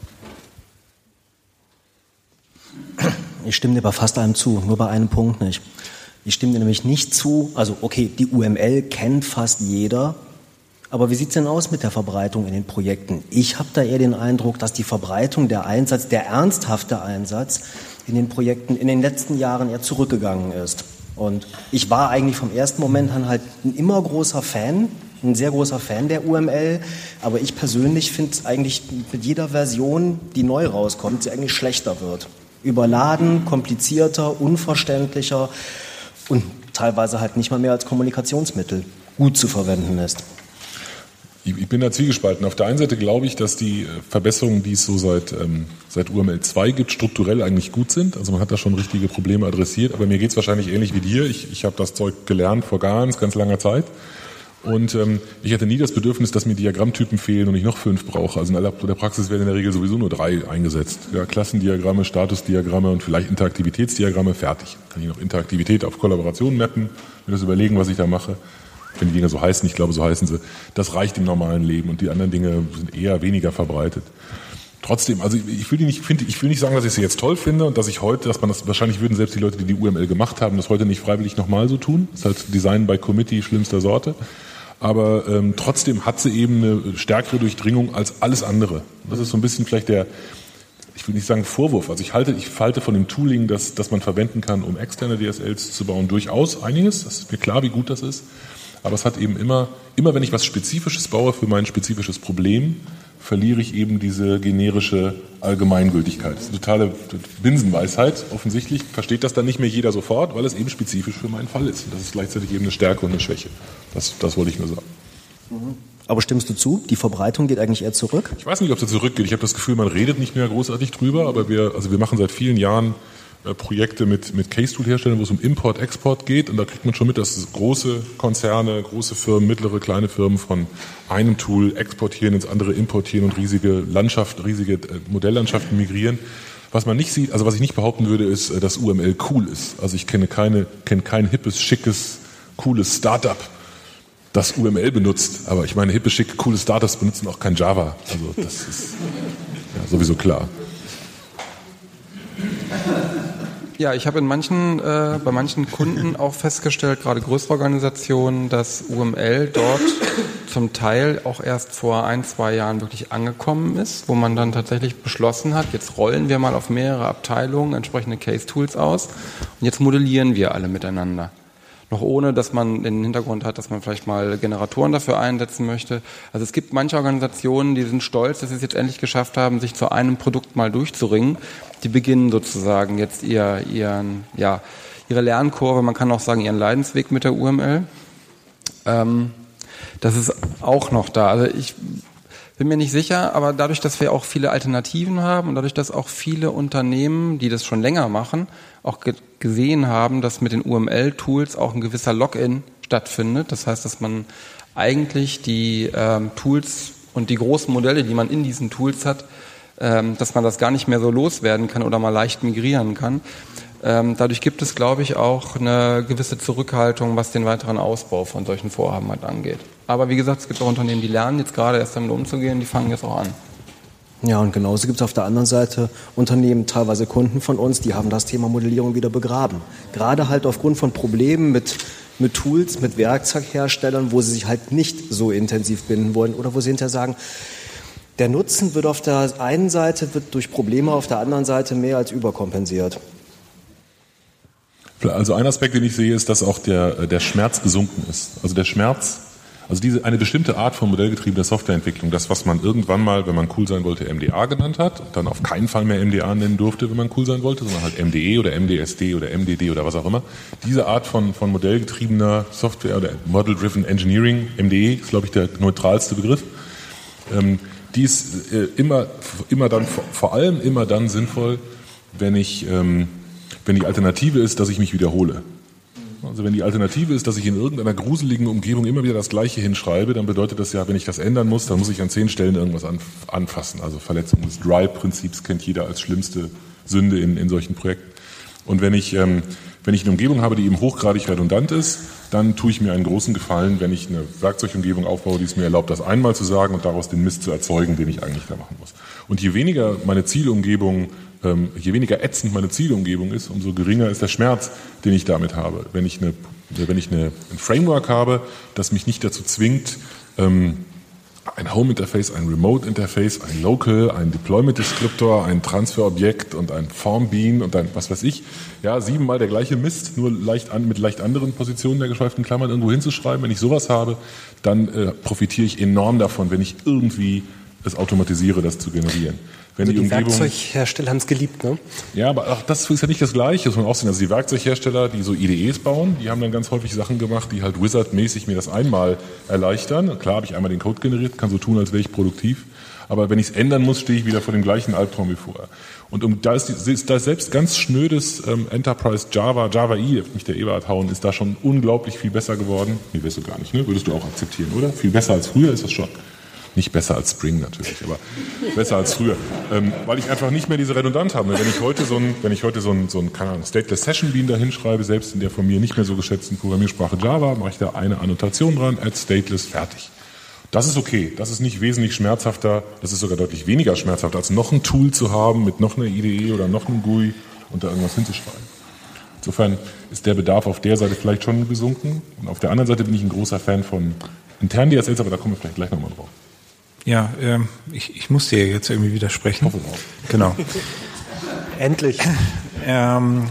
Ich stimme dir bei fast allem zu, nur bei einem Punkt nicht. Ich stimme dir nämlich nicht zu, also okay, die U M L kennt fast jeder, aber wie sieht es denn aus mit der Verbreitung in den Projekten? Ich habe da eher den Eindruck, dass die Verbreitung, der Einsatz, der ernsthafte Einsatz in den Projekten in den letzten Jahren eher zurückgegangen ist. Und ich war eigentlich vom ersten Moment an halt ein immer großer Fan, ein sehr großer Fan der U M L, aber ich persönlich finde es eigentlich mit jeder Version, die neu rauskommt, sie eigentlich schlechter wird. Überladen, komplizierter, unverständlicher und teilweise halt nicht mal mehr als Kommunikationsmittel gut zu verwenden ist. Ich bin da zwiegespalten. Auf der einen Seite glaube ich, dass die Verbesserungen, die es so seit, ähm, seit U M L zwei gibt, strukturell eigentlich gut sind. Also man hat da schon richtige Probleme adressiert. Aber mir geht es wahrscheinlich ähnlich wie dir. Ich, ich habe das Zeug gelernt vor ganz, ganz langer Zeit. Und ähm, ich hatte nie das Bedürfnis, dass mir Diagrammtypen fehlen und ich noch fünf brauche. Also in aller, der Praxis werden in der Regel sowieso nur drei eingesetzt. Ja, Klassendiagramme, Statusdiagramme und vielleicht Interaktivitätsdiagramme, fertig. Kann ich noch Interaktivität auf Kollaboration mappen, mir das überlegen, was ich da mache. Wenn die Dinge so heißen, ich glaube, so heißen sie. Das reicht im normalen Leben und die anderen Dinge sind eher weniger verbreitet. Trotzdem, also ich will die nicht, finde, ich will nicht sagen, dass ich sie jetzt toll finde und dass ich heute, dass man das, wahrscheinlich würden selbst die Leute, die die U M L gemacht haben, das heute nicht freiwillig nochmal so tun. Das ist halt Design by Committee schlimmster Sorte. Aber ähm, trotzdem hat sie eben eine stärkere Durchdringung als alles andere. Das ist so ein bisschen vielleicht der, ich will nicht sagen Vorwurf, also ich halte, ich halte von dem Tooling, das, das man verwenden kann, um externe D S Ls zu bauen, durchaus einiges. Das ist mir klar, wie gut das ist. Aber es hat eben immer, immer wenn ich was Spezifisches baue für mein spezifisches Problem, verliere ich eben diese generische Allgemeingültigkeit. Das ist eine totale Binsenweisheit. Offensichtlich versteht das dann nicht mehr jeder sofort, weil es eben spezifisch für meinen Fall ist. Und das ist gleichzeitig eben eine Stärke und eine Schwäche. Das, das wollte ich nur sagen. Aber stimmst du zu? Die Verbreitung geht eigentlich eher zurück? Ich weiß nicht, ob sie zurückgeht. Ich habe das Gefühl, man redet nicht mehr großartig drüber, aber wir, also wir machen seit vielen Jahren äh, Projekte mit, mit Case-Tool-Herstellern, wo es um Import, Export geht. Und da kriegt man schon mit, dass große Konzerne, große Firmen, mittlere, kleine Firmen von einem Tool exportieren ins andere importieren und riesige Landschaft, riesige äh, Modelllandschaften migrieren. Was man nicht sieht, also was ich nicht behaupten würde, ist, dass U M L cool ist. Also ich kenne keine, kenne kein hippes, schickes, cooles Startup, das U M L benutzt. Aber ich meine, hippe, schicke, coole Startups benutzen auch kein Java. Also das ist ja sowieso klar. Ja, ich habe in manchen, äh, bei manchen Kunden auch festgestellt, gerade größere Organisationen, dass U M L dort zum Teil auch erst vor ein, zwei Jahren wirklich angekommen ist, wo man dann tatsächlich beschlossen hat, jetzt rollen wir mal auf mehrere Abteilungen entsprechende Case-Tools aus und jetzt modellieren wir alle miteinander. Noch ohne, dass man den Hintergrund hat, dass man vielleicht mal Generatoren dafür einsetzen möchte. Also es gibt manche Organisationen, die sind stolz, dass sie es jetzt endlich geschafft haben, sich zu einem Produkt mal durchzuringen. Die beginnen sozusagen jetzt ihr, ihren, ja, ihre Lernkurve, man kann auch sagen ihren Leidensweg mit der U M L. Ähm, das ist auch noch da. Also ich bin mir nicht sicher, aber dadurch, dass wir auch viele Alternativen haben und dadurch, dass auch viele Unternehmen, die das schon länger machen, auch ge- gesehen haben, dass mit den U M L-Tools auch ein gewisser Login stattfindet. Das heißt, dass man eigentlich die ähm, Tools und die großen Modelle, die man in diesen Tools hat, ähm, dass man das gar nicht mehr so loswerden kann oder mal leicht migrieren kann. Ähm, dadurch gibt es, glaube ich, auch eine gewisse Zurückhaltung, was den weiteren Ausbau von solchen Vorhaben halt angeht. Aber wie gesagt, es gibt auch Unternehmen, die lernen jetzt gerade erst damit umzugehen, die fangen jetzt auch an. Ja, und genauso gibt es auf der anderen Seite Unternehmen, teilweise Kunden von uns, die haben das Thema Modellierung wieder begraben. Gerade halt aufgrund von Problemen mit, mit Tools, mit Werkzeugherstellern, wo sie sich halt nicht so intensiv binden wollen oder wo sie hinterher sagen, der Nutzen wird auf der einen Seite wird durch Probleme auf der anderen Seite mehr als überkompensiert. Also ein Aspekt, den ich sehe, ist, dass auch der, der Schmerz gesunken ist. Also der Schmerz, also diese eine bestimmte Art von modellgetriebener Softwareentwicklung, das, was man irgendwann mal, wenn man cool sein wollte, M D A genannt hat, und dann auf keinen Fall mehr M D A nennen durfte, wenn man cool sein wollte, sondern halt M D E oder M D S D oder M D D oder was auch immer. Diese Art von, von modellgetriebener Software oder Model-Driven Engineering, M D E ist, glaube ich, der neutralste Begriff, ähm, die ist äh, immer, immer dann, vor, vor allem immer dann sinnvoll, wenn ich, ähm, wenn die Alternative ist, dass ich mich wiederhole. Also wenn die Alternative ist, dass ich in irgendeiner gruseligen Umgebung immer wieder das Gleiche hinschreibe, dann bedeutet das ja, wenn ich das ändern muss, dann muss ich an zehn Stellen irgendwas anfassen. Also Verletzung des Dry-Prinzips kennt jeder als schlimmste Sünde in, in solchen Projekten. Und wenn ich, ähm, wenn ich eine Umgebung habe, die eben hochgradig redundant ist, dann tue ich mir einen großen Gefallen, wenn ich eine Werkzeugumgebung aufbaue, die es mir erlaubt, das einmal zu sagen und daraus den Mist zu erzeugen, den ich eigentlich da machen muss. Und je weniger meine Zielumgebung Ähm, je weniger ätzend meine Zielumgebung ist, umso geringer ist der Schmerz, den ich damit habe. Wenn ich, eine, wenn ich eine, ein Framework habe, das mich nicht dazu zwingt, ähm, ein Home-Interface, ein Remote-Interface, ein Local, ein Deployment-Descriptor, ein Transfer-Objekt und ein Form-Bean und ein was weiß ich, ja, siebenmal der gleiche Mist, nur leicht an, mit leicht anderen Positionen der geschweiften Klammern irgendwo hinzuschreiben. Wenn ich sowas habe, dann äh, profitiere ich enorm davon, wenn ich irgendwie es automatisiere, das zu generieren. Wenn also die, die Umgebung, Werkzeughersteller haben es geliebt, ne? Ja, aber auch das ist ja nicht das Gleiche, das muss man auch sehen. Also die Werkzeughersteller, die so I D Es bauen, die haben dann ganz häufig Sachen gemacht, die halt Wizard-mäßig mir das einmal erleichtern. Klar habe ich einmal den Code generiert, kann so tun, als wäre ich produktiv. Aber wenn ich es ändern muss, stehe ich wieder vor dem gleichen Albtraum wie vorher. Und um, da, ist, da ist selbst ganz schnödes ähm, Enterprise Java, Java E, da wird mich der Eberhard hauen, ist da schon unglaublich viel besser geworden. Nee, wirst du gar nicht, ne? Würdest du auch akzeptieren, oder? Viel besser als früher ist das schon. Nicht besser als Spring natürlich, aber besser als früher. Ähm, weil ich einfach nicht mehr diese Redundanz habe. Wenn ich heute so ein, wenn ich heute so ein, so ein, keine Ahnung, Stateless Session Bean da hinschreibe, selbst in der von mir nicht mehr so geschätzten Programmiersprache Java, mache ich da eine Annotation dran, add stateless, fertig. Das ist okay. Das ist nicht wesentlich schmerzhafter. Das ist sogar deutlich weniger schmerzhaft, als noch ein Tool zu haben mit noch einer I D E oder noch einem G U I und da irgendwas hinzuschreiben. Insofern ist der Bedarf auf der Seite vielleicht schon gesunken. Und auf der anderen Seite bin ich ein großer Fan von internen D S Ls, aber da kommen wir vielleicht gleich nochmal drauf. Ja, ähm, ich, ich muss dir jetzt irgendwie widersprechen. Ich hoffe auch. Genau. Endlich. ähm,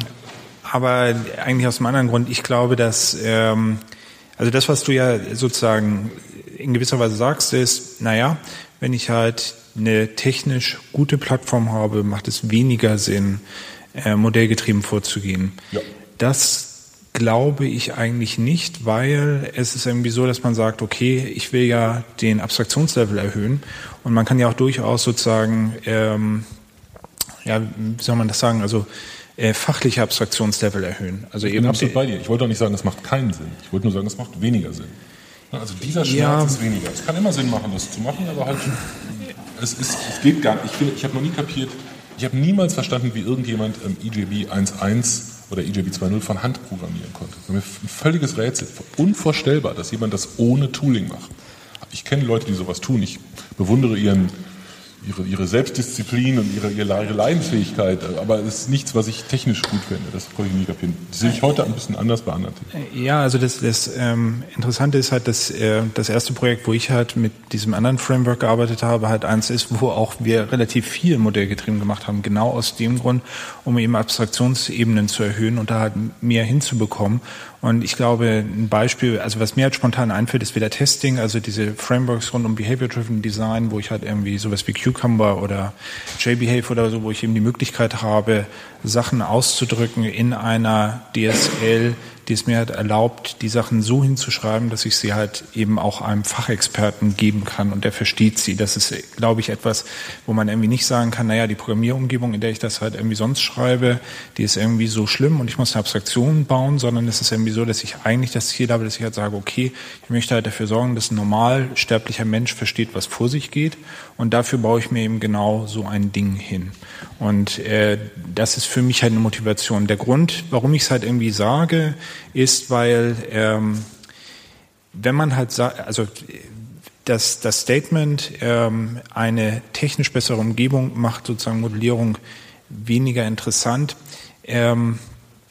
aber eigentlich aus einem anderen Grund. Ich glaube, dass, ähm, also das, was du ja sozusagen in gewisser Weise sagst, ist, naja, wenn ich halt eine technisch gute Plattform habe, macht es weniger Sinn, äh, modellgetrieben vorzugehen. Ja. Das glaube ich eigentlich nicht, weil es ist irgendwie so, dass man sagt, okay, ich will ja den Abstraktionslevel erhöhen und man kann ja auch durchaus sozusagen, ähm, ja, wie soll man das sagen, also äh, fachliche Abstraktionslevel erhöhen. Also ich eben bin absolut bei dir. Ich wollte auch nicht sagen, es macht keinen Sinn. Ich wollte nur sagen, es macht weniger Sinn. Also dieser Schmerz ja. ist weniger. Es kann immer Sinn machen, das zu machen, aber halt, es, ist, es geht gar nicht. Ich, bin, ich habe noch nie kapiert, ich habe niemals verstanden, wie irgendjemand ähm, E J B eins Punkt eins oder E J B zwei Punkt null von Hand programmieren konnte. Das war mir ein völliges Rätsel. Unvorstellbar, dass jemand das ohne Tooling macht. Ich kenne Leute, die sowas tun. Ich bewundere ihren, ihre, ihre Selbstdisziplin und ihre, ihre Leidensfähigkeit. Aber es ist nichts, was ich technisch gut finde. Das konnte ich nie kapieren. Das sehe ich heute ein bisschen anders bei anderen Themen. Ja, also das, das ähm, Interessante ist halt, dass äh, das erste Projekt, wo ich halt mit diesem anderen Framework gearbeitet habe, halt eins ist, wo auch wir relativ viel modellgetrieben gemacht haben. Genau aus dem Grund, um eben Abstraktionsebenen zu erhöhen und da halt mehr hinzubekommen. Und ich glaube, ein Beispiel, also was mir halt spontan einfällt, ist wieder Testing, also diese Frameworks rund um Behavior-Driven Design, wo ich halt irgendwie sowas wie Cucumber oder JBehave oder so, wo ich eben die Möglichkeit habe, Sachen auszudrücken in einer D S L, die es mir halt erlaubt, die Sachen so hinzuschreiben, dass ich sie halt eben auch einem Fachexperten geben kann und der versteht sie. Das ist, glaube ich, etwas, wo man irgendwie nicht sagen kann, naja, die Programmierumgebung, in der ich das halt irgendwie sonst schreibe, die ist irgendwie so schlimm und ich muss eine Abstraktion bauen, sondern es ist irgendwie so, dass ich eigentlich das Ziel habe, dass ich halt sage, okay, ich möchte halt dafür sorgen, dass ein normal sterblicher Mensch versteht, was vor sich geht und dafür baue ich mir eben genau so ein Ding hin. Und äh, das ist für mich halt eine Motivation. Der Grund, warum ich es halt irgendwie sage, ist, weil ähm, wenn man halt sagt, also das, das Statement, ähm, eine technisch bessere Umgebung macht sozusagen Modellierung weniger interessant, ähm,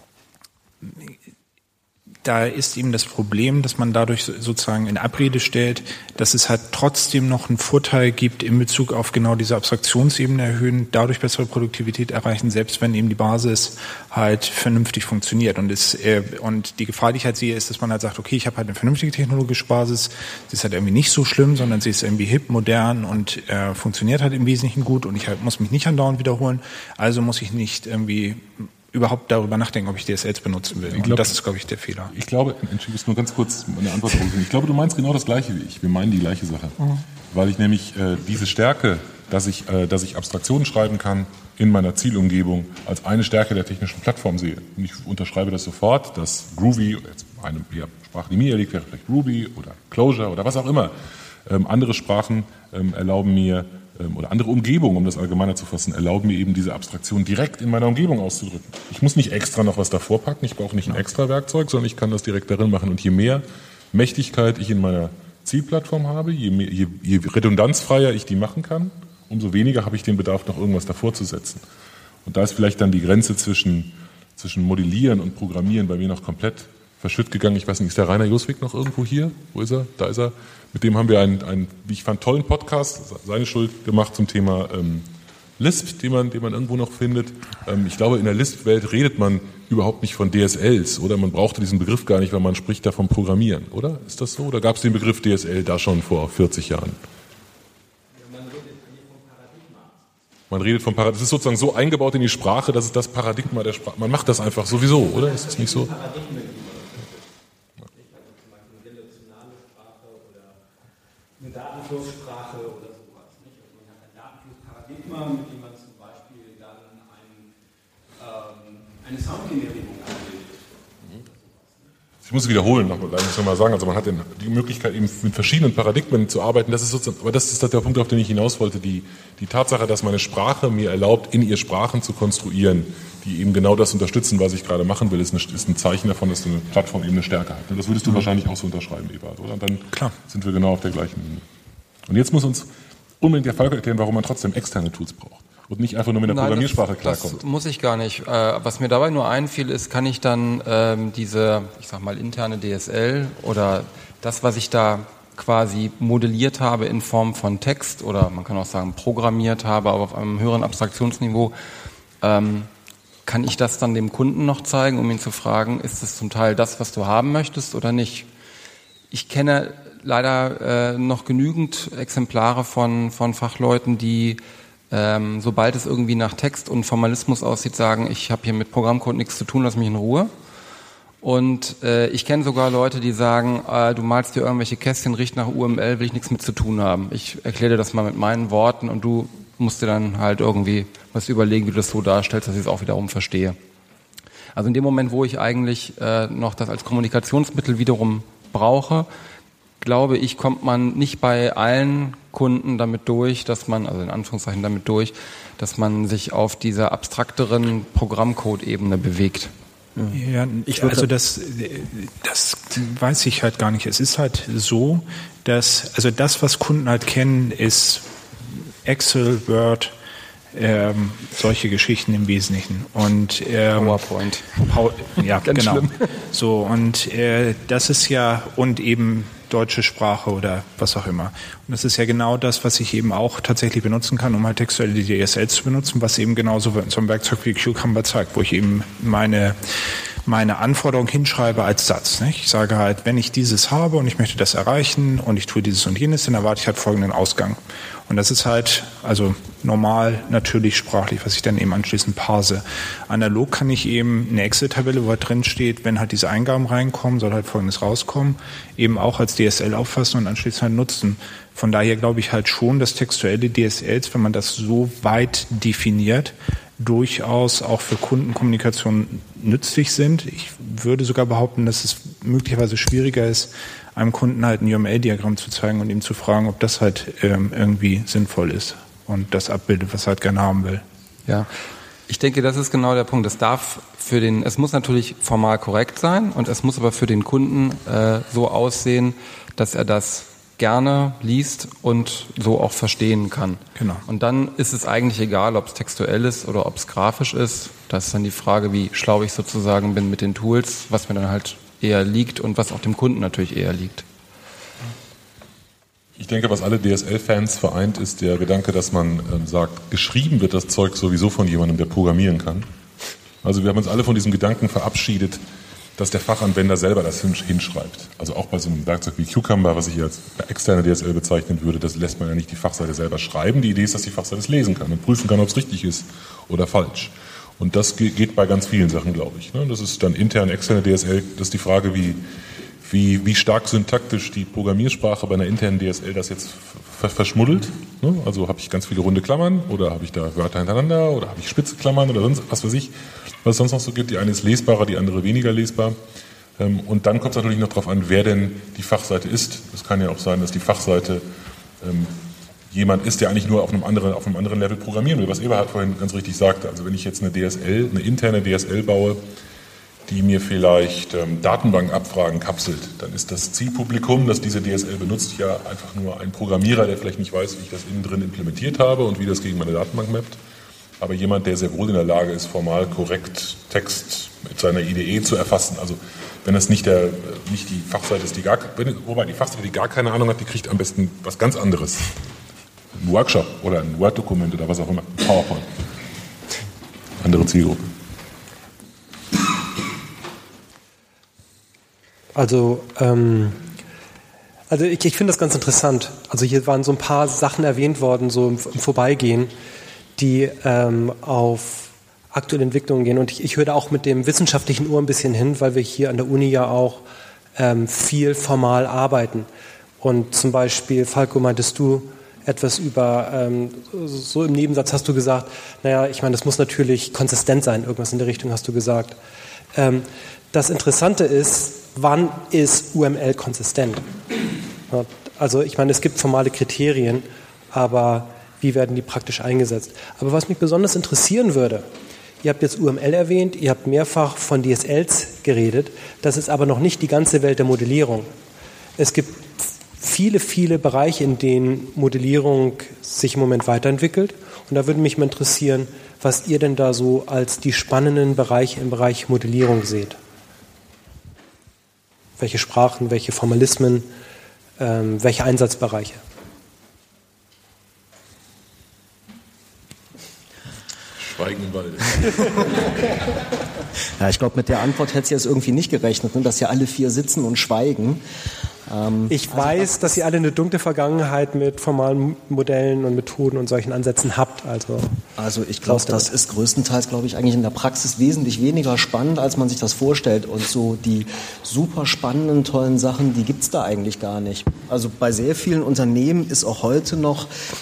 da ist eben das Problem, dass man dadurch sozusagen in Abrede stellt, dass es halt trotzdem noch einen Vorteil gibt in Bezug auf genau diese Abstraktionsebene erhöhen, dadurch bessere Produktivität erreichen, selbst wenn eben die Basis halt vernünftig funktioniert. Und, es, äh, und die Gefahr, die ich halt sehe, ist, dass man halt sagt, okay, ich habe halt eine vernünftige technologische Basis, sie ist halt irgendwie nicht so schlimm, sondern sie ist irgendwie hip, modern und äh, funktioniert halt im Wesentlichen gut und ich halt muss mich nicht andauernd wiederholen, also muss ich nicht irgendwie überhaupt darüber nachdenken, ob ich D S Ls benutzen will. Glaub, und das ist, glaube ich, der Fehler. Ich glaube, ich muss nur ganz kurz eine Antwort darauf geben. Ich glaube, du meinst genau das Gleiche wie ich. Wir meinen die gleiche Sache. Mhm. Weil ich nämlich äh, diese Stärke, dass ich, äh, dass ich Abstraktionen schreiben kann in meiner Zielumgebung, als eine Stärke der technischen Plattform sehe. Und ich unterschreibe das sofort, dass Groovy, oder jetzt eine Sprache, die mir liegt, wäre vielleicht Ruby oder Clojure oder was auch immer. Ähm, andere Sprachen ähm, erlauben mir, oder andere Umgebungen, um das allgemeiner zu fassen, erlauben mir eben diese Abstraktion direkt in meiner Umgebung auszudrücken. Ich muss nicht extra noch was davor packen, ich brauche nicht ein extra Werkzeug, sondern ich kann das direkt darin machen. Und je mehr Mächtigkeit ich in meiner Zielplattform habe, je, mehr, je, je redundanzfreier ich die machen kann, umso weniger habe ich den Bedarf, noch irgendwas davor zu setzen. Und da ist vielleicht dann die Grenze zwischen, zwischen Modellieren und Programmieren bei mir noch komplett verschütt gegangen. Ich weiß nicht, ist der Rainer Joswig noch irgendwo hier? Wo ist er? Da ist er. Mit dem haben wir einen, einen wie ich fand, tollen Podcast, seine Schuld, gemacht zum Thema ähm, Lisp, den man, den man irgendwo noch findet. Ähm, ich glaube, in der Lisp-Welt redet man überhaupt nicht von D S Ls, oder? Man brauchte diesen Begriff gar nicht, weil man spricht da vom Programmieren, oder? Ist das so? Oder gab es den Begriff D S L da schon vor vierzig Jahren? Man redet vom Paradigma. Das ist sozusagen so eingebaut in die Sprache, dass es das Paradigma der Sprache. Man macht das einfach sowieso, oder? Ist das nicht so? Eine Datenflusssprache oder sowas. Nicht? Also man hat ein Datenflussparadigma, mit dem man zum Beispiel dann ein, ähm, eine Soundgenerierung anbildet. Ich muss es wiederholen, noch, muss ich noch mal sagen. Also man hat die Möglichkeit, eben mit verschiedenen Paradigmen zu arbeiten. Das ist sozusagen, aber das ist der Punkt, auf den ich hinaus wollte. Die, die Tatsache, dass meine Sprache mir erlaubt, in ihr Sprachen zu konstruieren, die eben genau das unterstützen, was ich gerade machen will, ist, eine, ist ein Zeichen davon, dass eine Plattform eben eine Stärke hat. Das würdest du mhm. wahrscheinlich auch so unterschreiben, Ebert, oder? Und dann Klar. sind wir genau auf der gleichen Linie. Und jetzt muss uns unbedingt der Falco erklären, warum man trotzdem externe Tools braucht und nicht einfach nur mit einer Nein, Programmiersprache das, klarkommt. Das muss ich gar nicht. Äh, was mir dabei nur einfiel, ist, kann ich dann ähm, diese, ich sag mal, interne D S L oder das, was ich da quasi modelliert habe in Form von Text oder man kann auch sagen programmiert habe, aber auf einem höheren Abstraktionsniveau, ähm, kann ich das dann dem Kunden noch zeigen, um ihn zu fragen, ist es zum Teil das, was du haben möchtest oder nicht? Ich kenne leider äh, noch genügend Exemplare von, von Fachleuten, die ähm, sobald es irgendwie nach Text und Formalismus aussieht, sagen, ich habe hier mit Programmcode nichts zu tun, lass mich in Ruhe. Und äh, ich kenne sogar Leute, die sagen, äh, du malst dir irgendwelche Kästchen, riecht nach U M L, will ich nichts mit zu tun haben. Ich erkläre dir das mal mit meinen Worten und du musst dir dann halt irgendwie was überlegen, wie du das so darstellst, dass ich es auch wiederum verstehe. Also in dem Moment, wo ich eigentlich äh, noch das als Kommunikationsmittel wiederum brauche, glaube ich, kommt man nicht bei allen Kunden damit durch, dass man, also in Anführungszeichen damit durch, dass man sich auf dieser abstrakteren Programmcode-Ebene bewegt. Ja, ich also das, das weiß ich halt gar nicht. Es ist halt so, dass, also das, was Kunden halt kennen, ist Excel, Word, ähm, solche Geschichten im Wesentlichen. Und ähm, PowerPoint. Power, ja, Ganz genau. schlimm. So, und äh, das ist ja, und eben deutsche Sprache oder was auch immer. Und das ist ja genau das, was ich eben auch tatsächlich benutzen kann, um halt textuelle D S L zu benutzen, was eben genauso so ein Werkzeug wie Cucumber zeigt, wo ich eben meine meine Anforderung hinschreibe als Satz. Nicht? Ich sage halt, wenn ich dieses habe und ich möchte das erreichen und ich tue dieses und jenes, dann erwarte ich halt folgenden Ausgang. Und das ist halt, also normal, natürlich, sprachlich, was ich dann eben anschließend parse. Analog kann ich eben eine Excel-Tabelle, wo halt drin steht, wenn halt diese Eingaben reinkommen, soll halt Folgendes rauskommen, eben auch als D S L auffassen und anschließend halt nutzen. Von daher glaube ich halt schon, dass textuelle D S Ls, wenn man das so weit definiert, durchaus auch für Kundenkommunikation nützlich sind. Ich würde sogar behaupten, dass es möglicherweise schwieriger ist, einem Kunden halt ein U M L-Diagramm zu zeigen und ihm zu fragen, ob das halt ähm, irgendwie sinnvoll ist und das abbildet, was er halt gerne haben will. Ja, ich denke, das ist genau der Punkt. Es darf für den, es muss natürlich formal korrekt sein und es muss aber für den Kunden äh, so aussehen, dass er das gerne liest und so auch verstehen kann. Genau. Und dann ist es eigentlich egal, ob es textuell ist oder ob es grafisch ist. Das ist dann die Frage, wie schlau ich sozusagen bin mit den Tools, was mir dann halt eher liegt und was auch dem Kunden natürlich eher liegt. Ich denke, was alle D S L-Fans vereint, ist der Gedanke, dass man ähm, sagt, geschrieben wird das Zeug sowieso von jemandem, der programmieren kann. Also wir haben uns alle von diesem Gedanken verabschiedet, dass der Fachanwender selber das hinschreibt. Also auch bei so einem Werkzeug wie Cucumber, was ich hier als externe D S L bezeichnen würde, das lässt man ja nicht die Fachseite selber schreiben. Die Idee ist, dass die Fachseite es lesen kann und prüfen kann, ob es richtig ist oder falsch. Und das geht bei ganz vielen Sachen, glaube ich. Das ist dann interne, externe D S L. Das ist die Frage, wie, wie, wie stark syntaktisch die Programmiersprache bei einer internen D S L das jetzt verschmuddelt. Also habe ich ganz viele runde Klammern oder habe ich da Wörter hintereinander oder habe ich spitze Klammern oder sonst was weiß ich, was es sonst noch so gibt. Die eine ist lesbarer, die andere weniger lesbar. Und dann kommt es natürlich noch darauf an, wer denn die Fachseite ist. Es kann ja auch sein, dass die Fachseite ähm, jemand ist, der eigentlich nur auf einem anderen, auf einem anderen Level programmieren will, was Eberhard vorhin ganz richtig sagte. Also wenn ich jetzt eine D S L, eine interne D S L baue, die mir vielleicht ähm, Datenbankabfragen kapselt, dann ist das Zielpublikum, das diese D S L benutzt, ja einfach nur ein Programmierer, der vielleicht nicht weiß, wie ich das innen drin implementiert habe und wie das gegen meine Datenbank mappt. Aber jemand, der sehr wohl in der Lage ist, formal korrekt Text mit seiner I D E zu erfassen. Also wenn das nicht, der, nicht die Fachseite ist, die gar, wobei die Fachseite, die gar keine Ahnung hat, die kriegt am besten was ganz anderes. Ein Workshop oder ein Word-Dokument oder was auch immer, ein PowerPoint. Andere Zielgruppe. Also, ähm, also ich, ich finde das ganz interessant. Also hier waren so ein paar Sachen erwähnt worden, so im, im Vorbeigehen, die ähm, auf aktuelle Entwicklungen gehen. Und ich, ich höre da auch mit dem wissenschaftlichen Ohr ein bisschen hin, weil wir hier an der Uni ja auch ähm, viel formal arbeiten. Und zum Beispiel, Falco, meintest du etwas über, ähm, so im Nebensatz hast du gesagt, naja, ich meine, das muss natürlich konsistent sein, irgendwas in der Richtung hast du gesagt. Ähm, das Interessante ist, wann ist U M L konsistent? Also ich meine, es gibt formale Kriterien, aber wie werden die praktisch eingesetzt? Aber was mich besonders interessieren würde, ihr habt jetzt U M L erwähnt, ihr habt mehrfach von D S Ls geredet, das ist aber noch nicht die ganze Welt der Modellierung. Es gibt viele, viele Bereiche, in denen Modellierung sich im Moment weiterentwickelt. Und da würde mich mal interessieren, was ihr denn da so als die spannenden Bereiche im Bereich Modellierung seht. Welche Sprachen, welche Formalismen, ähm, welche Einsatzbereiche? Schweigen im Walde. Ja, ich glaube, mit der Antwort hätte sie jetzt irgendwie nicht gerechnet, ne? Dass ja alle vier sitzen und schweigen. Ähm, ich also weiß, dass ihr alle eine dunkle Vergangenheit mit formalen Modellen und Methoden und solchen Ansätzen habt. Also, also ich glaube, das ist größtenteils, glaube ich, eigentlich in der Praxis wesentlich weniger spannend, als man sich das vorstellt. Und so die super spannenden, tollen Sachen, die gibt's da eigentlich gar nicht. Also bei sehr vielen Unternehmen ist auch heute noch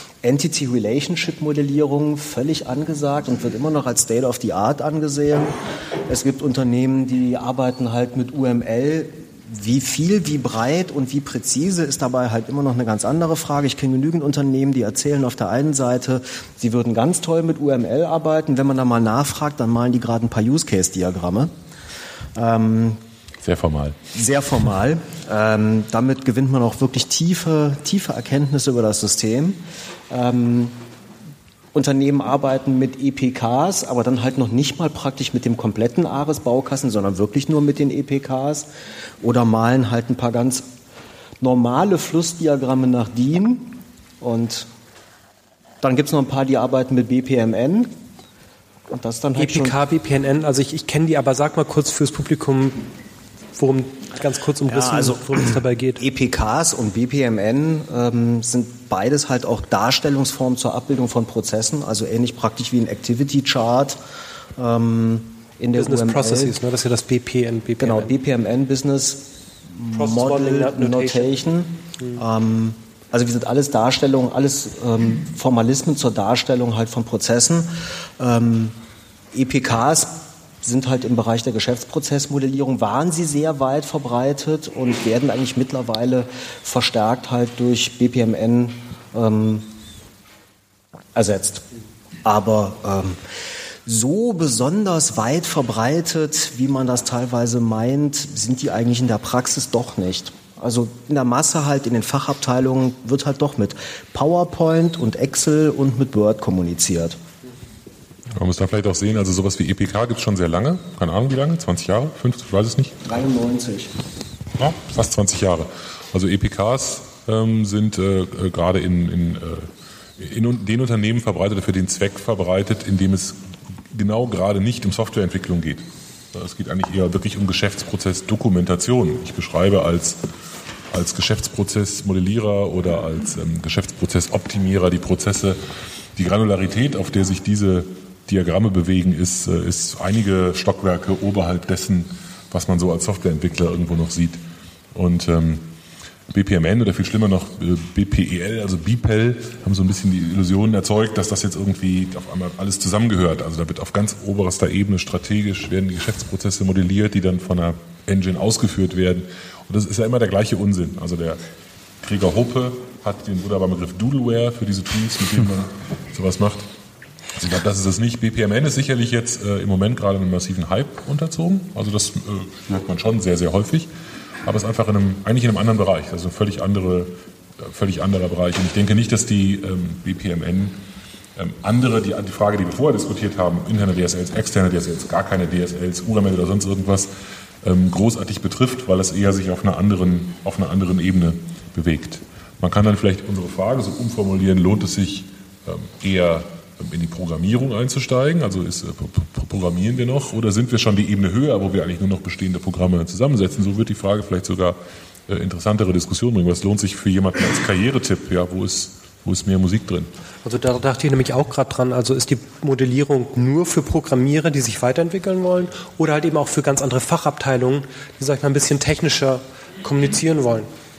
Entity-Relationship-Modellierung völlig angesagt und wird immer noch als State of the Art angesehen. Es gibt Unternehmen, die arbeiten halt mit U M L. Wie viel, wie breit und wie präzise ist dabei halt immer noch eine ganz andere Frage. Ich kenne genügend Unternehmen, die erzählen auf der einen Seite, sie würden ganz toll mit U M L arbeiten. Wenn man da mal nachfragt, dann malen die gerade ein paar Use-Case-Diagramme. Ähm, Sehr formal. Sehr formal. Ähm, damit gewinnt man auch wirklich tiefe, tiefe Erkenntnisse über das System. Ähm, Unternehmen arbeiten mit E P Ks, aber dann halt noch nicht mal praktisch mit dem kompletten Ares-Baukasten, sondern wirklich nur mit den E P Ks oder malen halt ein paar ganz normale Flussdiagramme nach D I N und dann gibt es noch ein paar, die arbeiten mit B P M N und das dann halt E P K, B P M N, also ich, ich kenne die, aber sag mal kurz fürs Publikum, worum ganz kurz umrissen, ja, also, worum es dabei geht. E P Ks und B P M N ähm, sind beides halt auch Darstellungsformen zur Abbildung von Prozessen, also ähnlich praktisch wie ein Activity Chart ähm, in der Business U M L. Processes, ne? Das ist ja das B P N, B P M N. Genau, B P M N, Business Process Model Notation. Notation. Mhm. Ähm, also wir sind alles Darstellungen, alles ähm, Formalismen zur Darstellung halt von Prozessen. Ähm, E P Ks sind halt im Bereich der Geschäftsprozessmodellierung, waren sie sehr weit verbreitet und werden eigentlich mittlerweile verstärkt halt durch B P M N ähm, ersetzt. Aber ähm, so besonders weit verbreitet, wie man das teilweise meint, sind die eigentlich in der Praxis doch nicht. Also in der Masse halt, in den Fachabteilungen wird halt doch mit PowerPoint und Excel und mit Word kommuniziert. Man muss da vielleicht auch sehen, also sowas wie E P K gibt es schon sehr lange. Keine Ahnung wie lange, zwanzig Jahre, fünfzig, ich weiß es nicht. dreiundneunzig. Ja, fast zwanzig Jahre. Also E P Ks ähm, sind äh, gerade in, in, äh, in den Unternehmen verbreitet, für den Zweck verbreitet, in dem es genau gerade nicht um Softwareentwicklung geht. Es geht eigentlich eher wirklich um Geschäftsprozessdokumentation. Ich beschreibe als, als Geschäftsprozessmodellierer oder als ähm, Geschäftsprozessoptimierer die Prozesse. Die Granularität, auf der sich diese Diagramme bewegen, ist, ist einige Stockwerke oberhalb dessen, was man so als Softwareentwickler irgendwo noch sieht. Und ähm, B P M N oder viel schlimmer noch B P E L, also B P E L, haben so ein bisschen die Illusion erzeugt, dass das jetzt irgendwie auf einmal alles zusammengehört. Also da wird auf ganz oberster Ebene strategisch werden die Geschäftsprozesse modelliert, die dann von einer Engine ausgeführt werden. Und das ist ja immer der gleiche Unsinn. Also der Gregor Hoppe hat den wunderbaren Begriff Doodleware für diese Tools, mit denen man sowas macht. Also ich glaube, das ist es nicht. B P M N ist sicherlich jetzt äh, im Moment gerade einem massiven Hype unterzogen. Also das äh, hört man schon sehr, sehr häufig. Aber es ist einfach in einem, eigentlich in einem anderen Bereich, also ein völlig, andere, völlig anderer Bereich. Und ich denke nicht, dass die ähm, B P M N ähm, andere, die, die Frage, die wir vorher diskutiert haben, interne D S Ls, externe D S Ls, gar keine D S Ls, U R M L oder sonst irgendwas, ähm, großartig betrifft, weil es eher sich auf einer anderen, auf einer anderen Ebene bewegt. Man kann dann vielleicht unsere Frage so umformulieren, lohnt es sich ähm, eher in die Programmierung einzusteigen, also ist, äh, programmieren wir noch oder sind wir schon die Ebene höher, wo wir eigentlich nur noch bestehende Programme zusammensetzen? So wird die Frage vielleicht sogar äh, interessantere Diskussionen bringen. Was lohnt sich für jemanden als Karrieretipp? Ja, wo ist, wo ist mehr Musik drin? Also da dachte ich nämlich auch gerade dran, also ist die Modellierung nur für Programmierer, die sich weiterentwickeln wollen oder halt eben auch für ganz andere Fachabteilungen, die, sag ich mal, ein bisschen technischer kommunizieren wollen?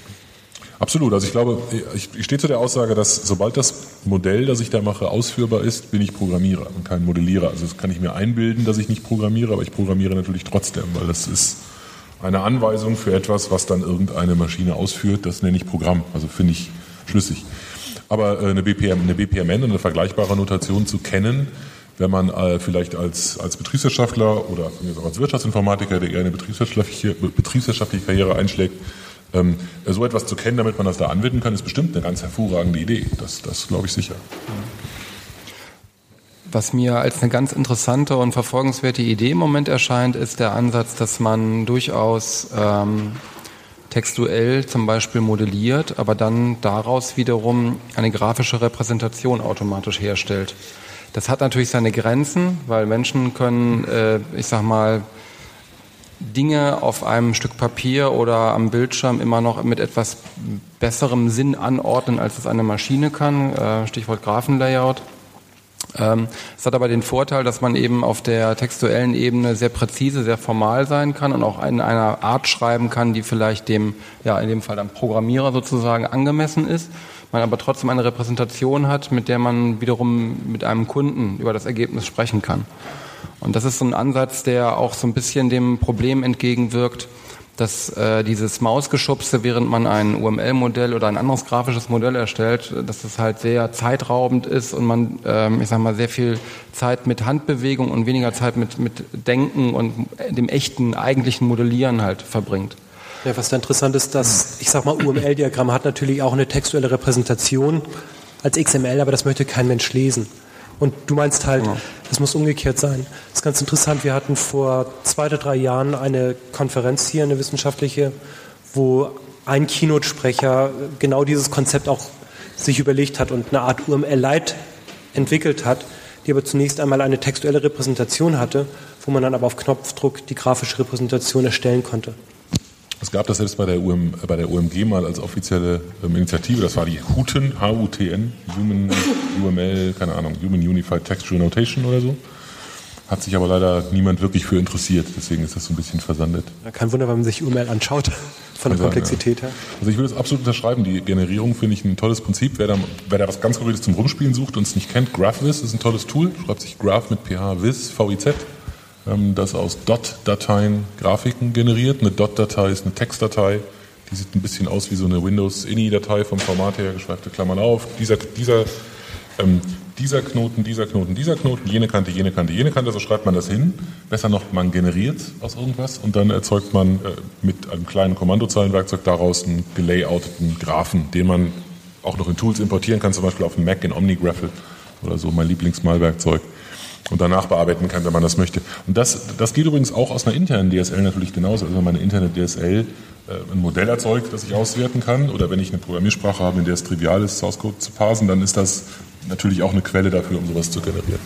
Absolut. Also ich glaube, ich, ich stehe zu der Aussage, dass sobald das Modell, das ich da mache, ausführbar ist, bin ich Programmierer und kein Modellierer. Also das kann ich mir einbilden, dass ich nicht programmiere, aber ich programmiere natürlich trotzdem, weil das ist eine Anweisung für etwas, was dann irgendeine Maschine ausführt. Das nenne ich Programm. Also finde ich schlüssig. Aber eine B P M, eine B P M N und eine vergleichbare Notation zu kennen, wenn man äh, vielleicht als, als Betriebswirtschaftler oder auch als Wirtschaftsinformatiker, der eher eine betriebswirtschaftliche, betriebswirtschaftliche Karriere einschlägt, ähm, so etwas zu kennen, damit man das da anwenden kann, ist bestimmt eine ganz hervorragende Idee. Das, das glaube ich sicher. Was mir als eine ganz interessante und verfolgenswerte Idee im Moment erscheint, ist der Ansatz, dass man durchaus ähm, textuell zum Beispiel modelliert, aber dann daraus wiederum eine grafische Repräsentation automatisch herstellt. Das hat natürlich seine Grenzen, weil Menschen können, äh, ich sag mal, Dinge auf einem Stück Papier oder am Bildschirm immer noch mit etwas besserem Sinn anordnen, als es eine Maschine kann. Äh, Stichwort Graphenlayout. Ähm, es hat aber den Vorteil, dass man eben auf der textuellen Ebene sehr präzise, sehr formal sein kann und auch in einer Art schreiben kann, die vielleicht dem, ja, in dem Fall dann Programmierer sozusagen angemessen ist. Man aber trotzdem eine Repräsentation hat, mit der man wiederum mit einem Kunden über das Ergebnis sprechen kann. Und das ist so ein Ansatz, der auch so ein bisschen dem Problem entgegenwirkt, dass äh, dieses Mausgeschubse, während man ein U M L-Modell oder ein anderes grafisches Modell erstellt, dass das halt sehr zeitraubend ist und man, ähm, ich sag mal, sehr viel Zeit mit Handbewegung und weniger Zeit mit, mit Denken und dem echten, eigentlichen Modellieren halt verbringt. Ja, was da interessant ist, dass, ich sag mal, U M L-Diagramm hat natürlich auch eine textuelle Repräsentation als X M L, aber das möchte kein Mensch lesen. Und du meinst halt, ja. Es muss umgekehrt sein. Das ist ganz interessant. Wir hatten vor zwei oder drei Jahren eine Konferenz hier, eine wissenschaftliche, wo ein Keynote-Sprecher genau dieses Konzept auch sich überlegt hat und eine Art U M L-Lite entwickelt hat, die aber zunächst einmal eine textuelle Repräsentation hatte, wo man dann aber auf Knopfdruck die grafische Repräsentation erstellen konnte. Es gab das selbst bei der, U M, bei der U M G mal als offizielle ähm, Initiative, das war die HUTN, H U T N, Human U M L, keine Ahnung, Human Unified Textual Notation oder so. Hat sich aber leider niemand wirklich für interessiert, deswegen ist das so ein bisschen versandet. Ja, kein Wunder, wenn man sich U M L anschaut, von der Komplexität her. Also ich würde es absolut unterschreiben, die Generierung finde ich ein tolles Prinzip. Wer da, wer da was ganz Konkretes zum Rumspielen sucht und es nicht kennt, GraphViz ist ein tolles Tool, schreibt sich Graph mit P H, Viz, V I Z. Das aus Dot-Dateien Grafiken generiert. Eine Dot-Datei ist eine Textdatei, die sieht ein bisschen aus wie so eine Windows-I N I-Datei vom Format her, geschweifte Klammern auf. Dieser, dieser, ähm, dieser Knoten, dieser Knoten, dieser Knoten, jene Kante, jene Kante, jene Kante, so schreibt man das hin. Besser noch, man generiert aus irgendwas und dann erzeugt man äh, mit einem kleinen Kommandozeilenwerkzeug daraus einen gelayouteten Graphen, den man auch noch in Tools importieren kann, zum Beispiel auf dem Mac in OmniGraffle oder so, mein Lieblingsmalwerkzeug. Und danach bearbeiten kann, wenn man das möchte. Und das, das geht übrigens auch aus einer internen D S L natürlich genauso. Also wenn meine interne D S L äh, ein Modell erzeugt, das ich auswerten kann, oder wenn ich eine Programmiersprache habe, in der es trivial ist, Source Code zu parsen, dann ist das natürlich auch eine Quelle dafür, um sowas zu generieren.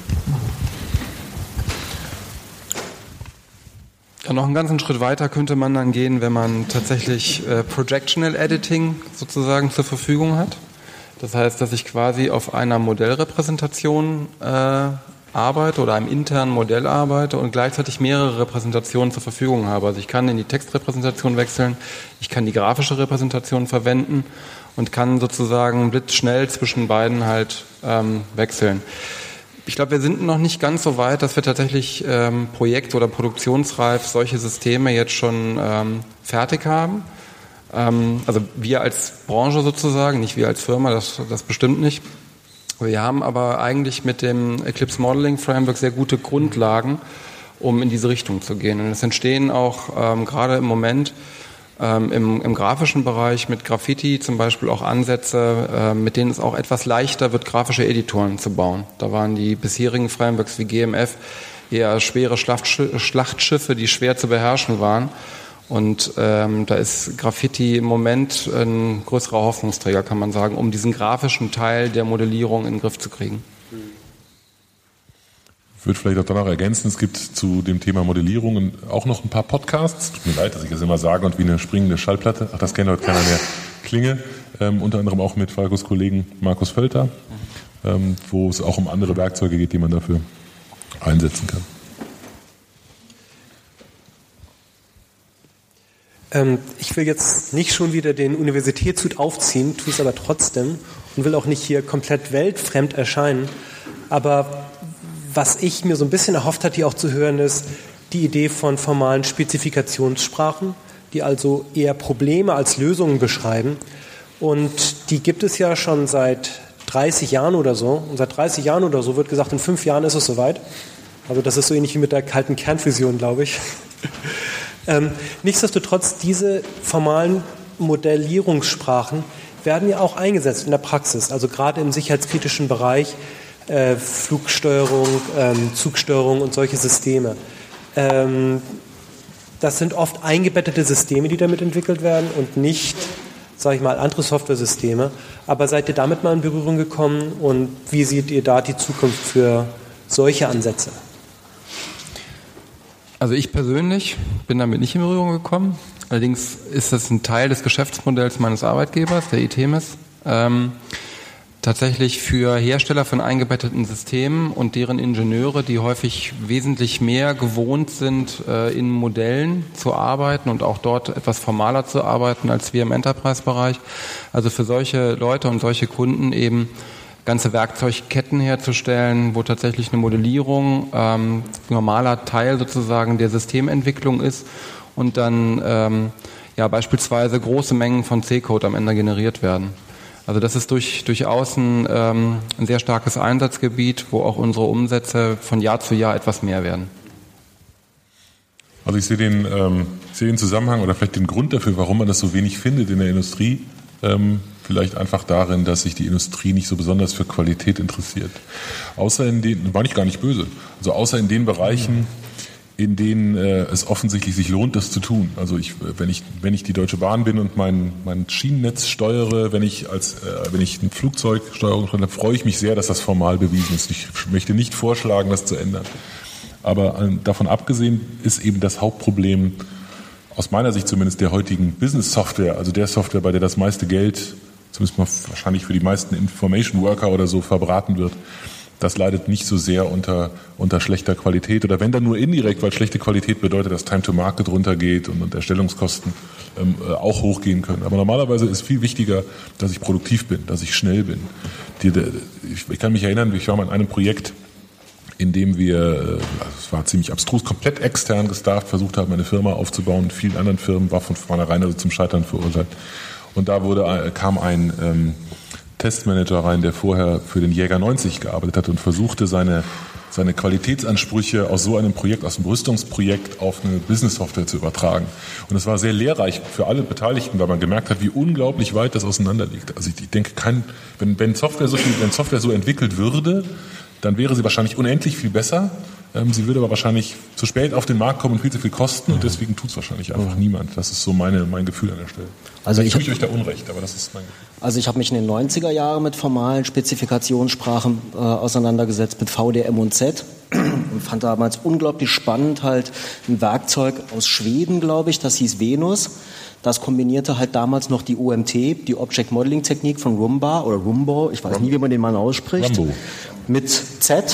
Ja, noch einen ganzen Schritt weiter könnte man dann gehen, wenn man tatsächlich äh, Projectional Editing sozusagen zur Verfügung hat. Das heißt, dass ich quasi auf einer Modellrepräsentation äh, arbeite oder einem internen Modell arbeite und gleichzeitig mehrere Repräsentationen zur Verfügung habe. Also ich kann in die Textrepräsentation wechseln, ich kann die grafische Repräsentation verwenden und kann sozusagen blitzschnell zwischen beiden halt ähm, wechseln. Ich glaube, wir sind noch nicht ganz so weit, dass wir tatsächlich ähm, projekt- oder produktionsreif solche Systeme jetzt schon ähm, fertig haben. Ähm, also wir als Branche sozusagen, nicht wir als Firma, das, das bestimmt nicht. Wir haben aber eigentlich mit dem Eclipse Modeling Framework sehr gute Grundlagen, um in diese Richtung zu gehen. Und es entstehen auch ähm, gerade im Moment ähm, im, im grafischen Bereich mit Graffiti zum Beispiel auch Ansätze, äh, mit denen es auch etwas leichter wird, grafische Editoren zu bauen. Da waren die bisherigen Frameworks wie G M F eher schwere Schlachtschiffe, die schwer zu beherrschen waren. Und ähm, da ist Graffiti im Moment ein größerer Hoffnungsträger, kann man sagen, um diesen grafischen Teil der Modellierung in den Griff zu kriegen. Ich würde vielleicht auch danach ergänzen, es gibt zu dem Thema Modellierung auch noch ein paar Podcasts. Tut mir leid, dass ich das immer sage und wie eine springende Schallplatte. Ach, das kennt heute keiner mehr. Klinge, ähm, unter anderem auch mit Falkos Kollegen Markus Völter, ähm, wo es auch um andere Werkzeuge geht, die man dafür einsetzen kann. Ich will jetzt nicht schon wieder den Universitätshut aufziehen, tue es aber trotzdem und will auch nicht hier komplett weltfremd erscheinen. Aber was ich mir so ein bisschen erhofft hatte, hier auch zu hören, ist die Idee von formalen Spezifikationssprachen, die also eher Probleme als Lösungen beschreiben. Und die gibt es ja schon seit dreißig Jahren oder so. Und seit dreißig Jahren oder so wird gesagt, in fünf Jahren ist es soweit. Also das ist so ähnlich wie mit der kalten Kernfusion, glaube ich. Ähm, nichtsdestotrotz, diese formalen Modellierungssprachen werden ja auch eingesetzt in der Praxis, also gerade im sicherheitskritischen Bereich, äh, Flugsteuerung, ähm, Zugsteuerung und solche Systeme. Ähm, das sind oft eingebettete Systeme, die damit entwickelt werden und nicht, sage ich mal, andere Software-Systeme. Aber seid ihr damit mal in Berührung gekommen und wie seht ihr da die Zukunft für solche Ansätze? Also ich persönlich bin damit nicht in Berührung gekommen. Allerdings ist das ein Teil des Geschäftsmodells meines Arbeitgebers, der ITEMIS. Ähm, tatsächlich für Hersteller von eingebetteten Systemen und deren Ingenieure, die häufig wesentlich mehr gewohnt sind, äh, in Modellen zu arbeiten und auch dort etwas formaler zu arbeiten als wir im Enterprise-Bereich. Also für solche Leute und solche Kunden eben ganze Werkzeugketten herzustellen, wo tatsächlich eine Modellierung ähm, normaler Teil sozusagen der Systementwicklung ist und dann ähm, ja beispielsweise große Mengen von C-Code am Ende generiert werden. Also das ist durch, durchaus ein, ähm, ein sehr starkes Einsatzgebiet, wo auch unsere Umsätze von Jahr zu Jahr etwas mehr werden. Also ich sehe den, ähm, ich sehe den Zusammenhang oder vielleicht den Grund dafür, warum man das so wenig findet in der Industrie, ähm, vielleicht einfach darin, dass sich die Industrie nicht so besonders für Qualität interessiert. Außer in den, war ich gar nicht böse, also außer in den Bereichen, in denen äh, es offensichtlich sich lohnt, das zu tun. Also ich, wenn ich, wenn ich die Deutsche Bahn bin und mein, mein Schienennetz steuere, wenn ich als, äh, wenn ich ein Flugzeug steuere, dann freue ich mich sehr, dass das formal bewiesen ist. Ich möchte nicht vorschlagen, das zu ändern. Aber äh, davon abgesehen ist eben das Hauptproblem aus meiner Sicht zumindest der heutigen Business-Software, also der Software, bei der das meiste Geld, zumindest mal wahrscheinlich für die meisten Information Worker oder so, verbraten wird. Das leidet nicht so sehr unter, unter schlechter Qualität oder wenn dann nur indirekt, weil schlechte Qualität bedeutet, dass Time to Market runtergeht und, und Erstellungskosten ähm, auch hochgehen können. Aber normalerweise ist viel wichtiger, dass ich produktiv bin, dass ich schnell bin. Die, die, ich, ich kann mich erinnern, ich war mal in einem Projekt, in dem wir, es war ziemlich abstrus, komplett extern gestafft, versucht haben, eine Firma aufzubauen. In vielen anderen Firmen war von vornherein also zum Scheitern verurteilt. Und da wurde, kam ein ähm, Testmanager rein, der vorher für den Jäger neunzig gearbeitet hat und versuchte, seine, seine Qualitätsansprüche aus so einem Projekt, aus einem Rüstungsprojekt auf eine Business-Software zu übertragen. Und es war sehr lehrreich für alle Beteiligten, weil man gemerkt hat, wie unglaublich weit das auseinander liegt. Also ich, ich denke, kein, wenn, wenn, Software so viel, wenn Software so entwickelt würde, dann wäre sie wahrscheinlich unendlich viel besser. Ähm, sie würde aber wahrscheinlich zu spät auf den Markt kommen und viel zu viel kosten und deswegen tut es wahrscheinlich einfach mhm. niemand. Das ist so meine, mein Gefühl an der Stelle. Also ich tue ich euch da Unrecht, aber das ist mein Gefühl. Also ich habe mich in den neunziger Jahren mit formalen Spezifikationssprachen äh, auseinandergesetzt, mit V D M und Z und fand damals unglaublich spannend halt ein Werkzeug aus Schweden, glaube ich, das hieß Venus. Das kombinierte halt damals noch die O M T, die Object Modeling Technik von Rumba oder Rumbo, ich weiß Rumbo. nie, wie man den Mann ausspricht, Rumbo. Mit Z.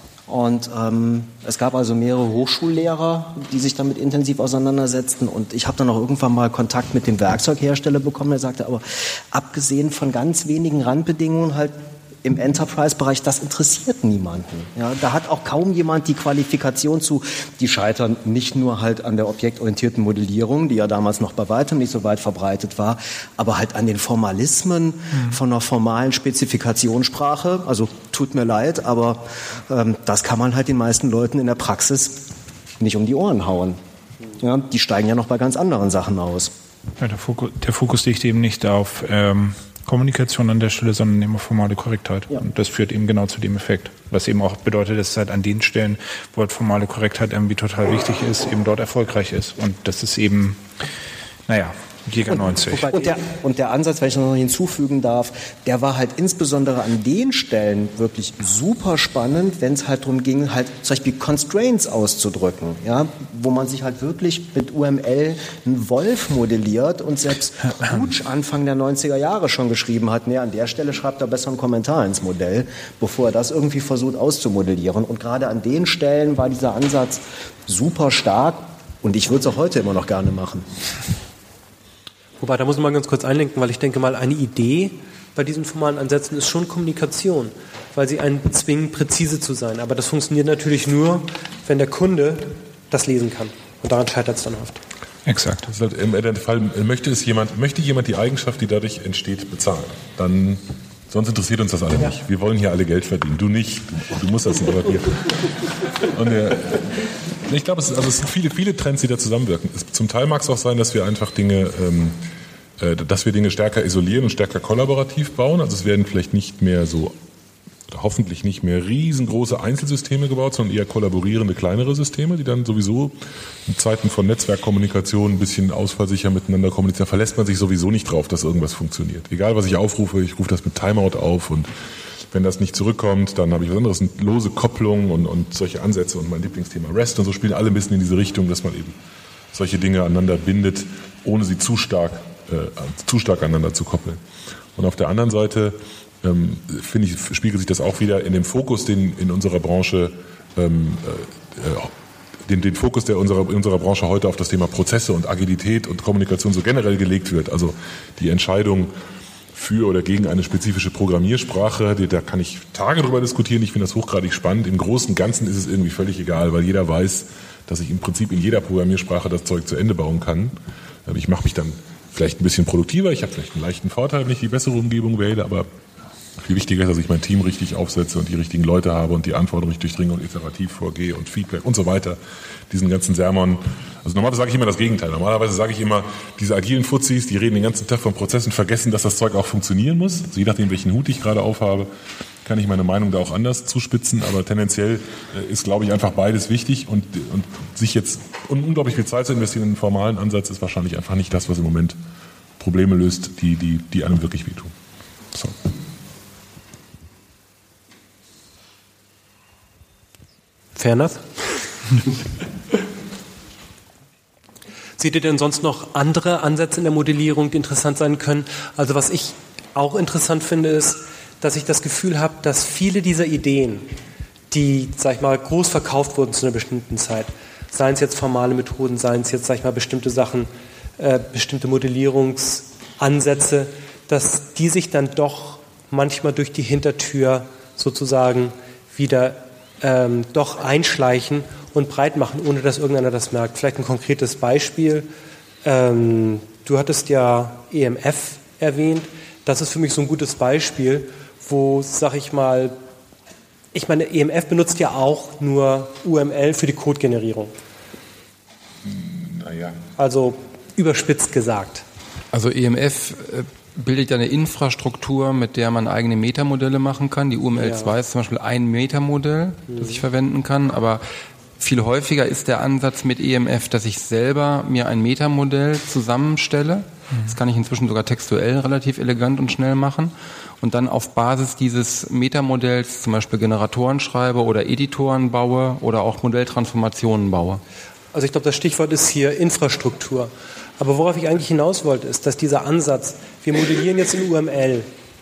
Und ähm, es gab also mehrere Hochschullehrer, die sich damit intensiv auseinandersetzten. Und ich habe dann auch irgendwann mal Kontakt mit dem Werkzeughersteller bekommen. Der sagte aber, abgesehen von ganz wenigen Randbedingungen halt im Enterprise-Bereich, das interessiert niemanden. Ja, da hat auch kaum jemand die Qualifikation zu, die scheitern nicht nur halt an der objektorientierten Modellierung, die ja damals noch bei weitem nicht so weit verbreitet war, aber halt an den Formalismen mhm. von einer formalen Spezifikationssprache. Also tut mir leid, aber ähm, das kann man halt den meisten Leuten in der Praxis nicht um die Ohren hauen. Ja, die steigen ja noch bei ganz anderen Sachen aus. Ja, der Fokus, der Fokus liegt eben nicht auf ähm Kommunikation an der Stelle, sondern immer formale Korrektheit. Ja. Und das führt eben genau zu dem Effekt. Was eben auch bedeutet, dass es halt an den Stellen, wo halt formale Korrektheit irgendwie total wichtig ist, eben dort erfolgreich ist. Und das ist eben, naja, Jäger neunzig. Und, und, der, und der Ansatz, wenn ich noch hinzufügen darf, der war halt insbesondere an den Stellen wirklich super spannend, wenn es halt darum ging, halt zum Beispiel Constraints auszudrücken, ja, wo man sich halt wirklich mit U M L einen Wolf modelliert und selbst Hutsch Anfang der neunziger Jahre schon geschrieben hat, nee, an der Stelle schreibt er besser einen Kommentar ins Modell, bevor er das irgendwie versucht auszumodellieren. Und gerade an den Stellen war dieser Ansatz super stark und ich würde es auch heute immer noch gerne machen. Wobei, da muss man mal ganz kurz einlenken, weil ich denke mal, eine Idee bei diesen formalen Ansätzen ist schon Kommunikation, weil sie einen zwingen, präzise zu sein. Aber das funktioniert natürlich nur, wenn der Kunde das lesen kann. Und daran scheitert es dann oft. Exakt. Das ist halt im Fall, möchte es jemand, möchte jemand die Eigenschaft, die dadurch entsteht, bezahlen, dann, sonst interessiert uns das alle ja. nicht. Wir wollen hier alle Geld verdienen. Du nicht. Du, du musst das nicht, aber wir. Und der, ich glaube, es, also es sind viele, viele Trends, die da zusammenwirken. Es, zum Teil mag es auch sein, dass wir einfach Dinge ähm, äh, dass wir Dinge stärker isolieren und stärker kollaborativ bauen. Also es werden vielleicht nicht mehr so, hoffentlich nicht mehr riesengroße Einzelsysteme gebaut, sondern eher kollaborierende kleinere Systeme, die dann sowieso in Zeiten von Netzwerkkommunikation ein bisschen ausfallsicher miteinander kommunizieren. Da verlässt man sich sowieso nicht drauf, dass irgendwas funktioniert. Egal, was ich aufrufe, ich rufe das mit Timeout auf und wenn das nicht zurückkommt, dann habe ich was anderes, eine lose Kopplung und, und solche Ansätze und mein Lieblingsthema REST und so spielen alle ein bisschen in diese Richtung, dass man eben solche Dinge aneinander bindet, ohne sie zu stark, äh, zu stark aneinander zu koppeln. Und auf der anderen Seite ähm, finde ich, spiegelt sich das auch wieder in dem Fokus, den in unserer Branche, ähm, äh, den, den Fokus, der unserer, in unserer Branche heute auf das Thema Prozesse und Agilität und Kommunikation so generell gelegt wird. Also die Entscheidung für oder gegen eine spezifische Programmiersprache, da kann ich Tage drüber diskutieren. Ich finde das hochgradig spannend. Im Großen und Ganzen ist es irgendwie völlig egal, weil jeder weiß, dass ich im Prinzip in jeder Programmiersprache das Zeug zu Ende bauen kann. Ich mache mich dann vielleicht ein bisschen produktiver. Ich habe vielleicht einen leichten Vorteil, wenn ich die bessere Umgebung wähle, aber viel wichtiger ist, dass ich mein Team richtig aufsetze und die richtigen Leute habe und die Anforderungen richtig durchdringe und iterativ vorgehe und Feedback und so weiter. Diesen ganzen Sermon. Also normalerweise sage ich immer das Gegenteil. Normalerweise sage ich immer, diese agilen Fuzis, die reden den ganzen Tag von Prozessen, vergessen, dass das Zeug auch funktionieren muss. Also je nachdem, welchen Hut ich gerade aufhabe, kann ich meine Meinung da auch anders zuspitzen. Aber tendenziell ist, glaube ich, einfach beides wichtig. Und, und sich jetzt unglaublich viel Zeit zu investieren in einen formalen Ansatz ist wahrscheinlich einfach nicht das, was im Moment Probleme löst, die, die, die einem wirklich wehtun. So. Fair enough. Seht ihr denn sonst noch andere Ansätze in der Modellierung, die interessant sein können? Also was ich auch interessant finde, ist, dass ich das Gefühl habe, dass viele dieser Ideen, die, sag ich mal, groß verkauft wurden zu einer bestimmten Zeit, seien es jetzt formale Methoden, seien es jetzt, sag ich mal, bestimmte Sachen, äh, bestimmte Modellierungsansätze, dass die sich dann doch manchmal durch die Hintertür sozusagen wieder ähm, doch einschleichen und breit machen, ohne dass irgendeiner das merkt. Vielleicht ein konkretes Beispiel. Ähm, du hattest ja E M F erwähnt. Das ist für mich so ein gutes Beispiel, wo, sag ich mal, ich meine, E M F benutzt ja auch nur U M L für die Codegenerierung. Naja. Also überspitzt gesagt. Also E M F äh, bildet ja eine Infrastruktur, mit der man eigene Metamodelle machen kann. Die U M L zwei ja. ist zum Beispiel ein Metamodell, mhm. das ich verwenden kann, aber viel häufiger ist der Ansatz mit E M F, dass ich selber mir ein Metamodell zusammenstelle. Mhm. Das kann ich inzwischen sogar textuell relativ elegant und schnell machen und dann auf Basis dieses Metamodells zum Beispiel Generatoren schreibe oder Editoren baue oder auch Modelltransformationen baue. Also ich glaube, das Stichwort ist hier Infrastruktur. Aber worauf ich eigentlich hinaus wollte, ist, dass dieser Ansatz, wir modellieren jetzt in U M L,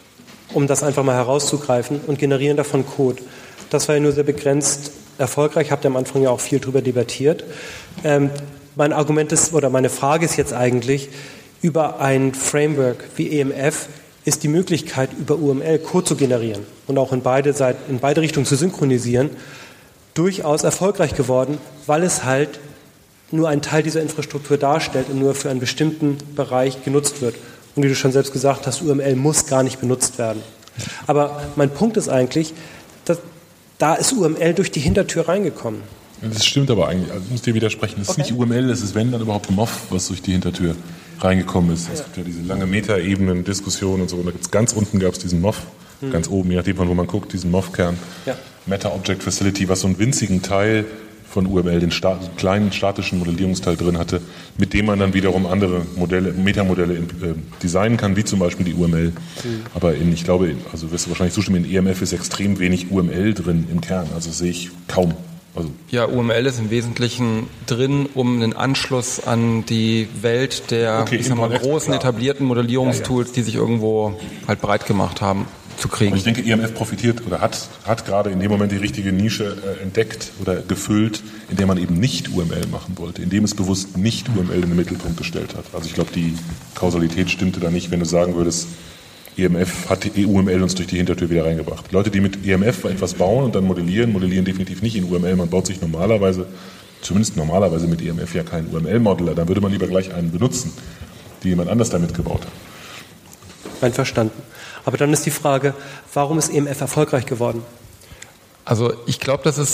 um das einfach mal herauszugreifen und generieren davon Code. Das war ja nur sehr begrenzt erfolgreich, habt ihr am Anfang ja auch viel drüber debattiert. Ähm, mein Argument ist, oder meine Frage ist jetzt eigentlich, über ein Framework wie E M F ist die Möglichkeit, über U M L Code zu generieren und auch in beide Seiten, in beide Richtungen zu synchronisieren, durchaus erfolgreich geworden, weil es halt nur einen Teil dieser Infrastruktur darstellt und nur für einen bestimmten Bereich genutzt wird. Und wie du schon selbst gesagt hast, U M L muss gar nicht benutzt werden. Aber mein Punkt ist eigentlich, dass da ist U M L durch die Hintertür reingekommen. Das stimmt aber eigentlich. Also ich muss dir widersprechen. Es ist okay. Nicht U M L, es ist wenn dann überhaupt M O F, was durch die Hintertür reingekommen ist. Ja. Es gibt ja diese lange Meta-Ebenen-Diskussion und so. Und da gibt's ganz unten gab es diesen M O F, hm. ganz oben, je nachdem von wo man guckt, diesen M O F-Kern. Ja. Meta-Object Facility, was so einen winzigen Teil von U M L, den Sta- kleinen statischen Modellierungsteil drin hatte, mit dem man dann wiederum andere Modelle, Metamodelle äh, designen kann, wie zum Beispiel die U M L. Mhm. Aber in, ich glaube, also wirst du wahrscheinlich zustimmen, in E M F ist extrem wenig U M L drin im Kern. Also das sehe ich kaum. Also ja, U M L ist im Wesentlichen drin, um einen Anschluss an die Welt der okay, ich sag mal, großen klar. etablierten Modellierungstools, ja, ja. die sich irgendwo halt breit gemacht haben, zu kriegen. Und ich denke, E M F profitiert oder hat, hat gerade in dem Moment die richtige Nische äh, entdeckt oder gefüllt, in der man eben nicht U M L machen wollte, in dem es bewusst nicht U M L in den Mittelpunkt gestellt hat. Also ich glaube, die Kausalität stimmte da nicht, wenn du sagen würdest, E M F hat die U M L uns durch die Hintertür wieder reingebracht. Leute, die mit E M F etwas bauen und dann modellieren, modellieren definitiv nicht in U M L. Man baut sich normalerweise, zumindest normalerweise mit E M F ja keinen U M L-Modeler. Dann würde man lieber gleich einen benutzen, die jemand anders damit gebaut hat. Einverstanden. Aber dann ist die Frage, warum ist E M F erfolgreich geworden? Also ich glaube, dass es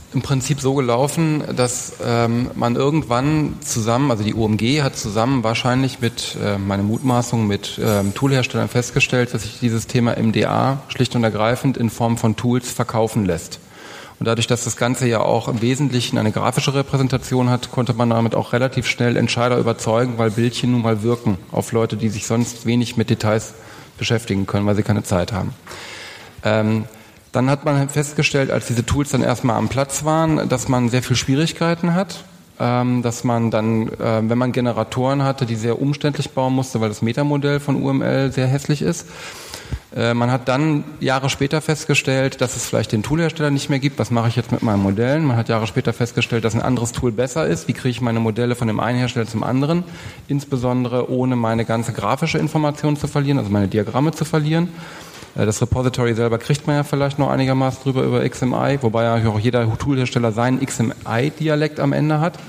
im Prinzip so gelaufen, dass ähm, man irgendwann zusammen, also die O M G hat zusammen wahrscheinlich mit, äh, meine Mutmaßung, mit ähm, Toolherstellern festgestellt, dass sich dieses Thema M D A schlicht und ergreifend in Form von Tools verkaufen lässt. Und dadurch, dass das Ganze ja auch im Wesentlichen eine grafische Repräsentation hat, konnte man damit auch relativ schnell Entscheider überzeugen, weil Bildchen nun mal wirken auf Leute, die sich sonst wenig mit Details beschäftigen können, weil sie keine Zeit haben. Ähm, Dann hat man festgestellt, als diese Tools dann erstmal am Platz waren, dass man sehr viel Schwierigkeiten hat, ähm, dass man dann, äh, wenn man Generatoren hatte, die sehr umständlich bauen musste, weil das Metamodell von U M L sehr hässlich ist. Äh, man hat dann Jahre später festgestellt, dass es vielleicht den Toolhersteller nicht mehr gibt. Was mache ich jetzt mit meinen Modellen? Man hat Jahre später festgestellt, dass ein anderes Tool besser ist. Wie kriege ich meine Modelle von dem einen Hersteller zum anderen? Insbesondere ohne meine ganze grafische Information zu verlieren, also meine Diagramme zu verlieren. Das Repository selber kriegt man ja vielleicht noch einigermaßen drüber über X M I, wobei ja auch jeder Toolhersteller seinen X M I-Dialekt am Ende hat.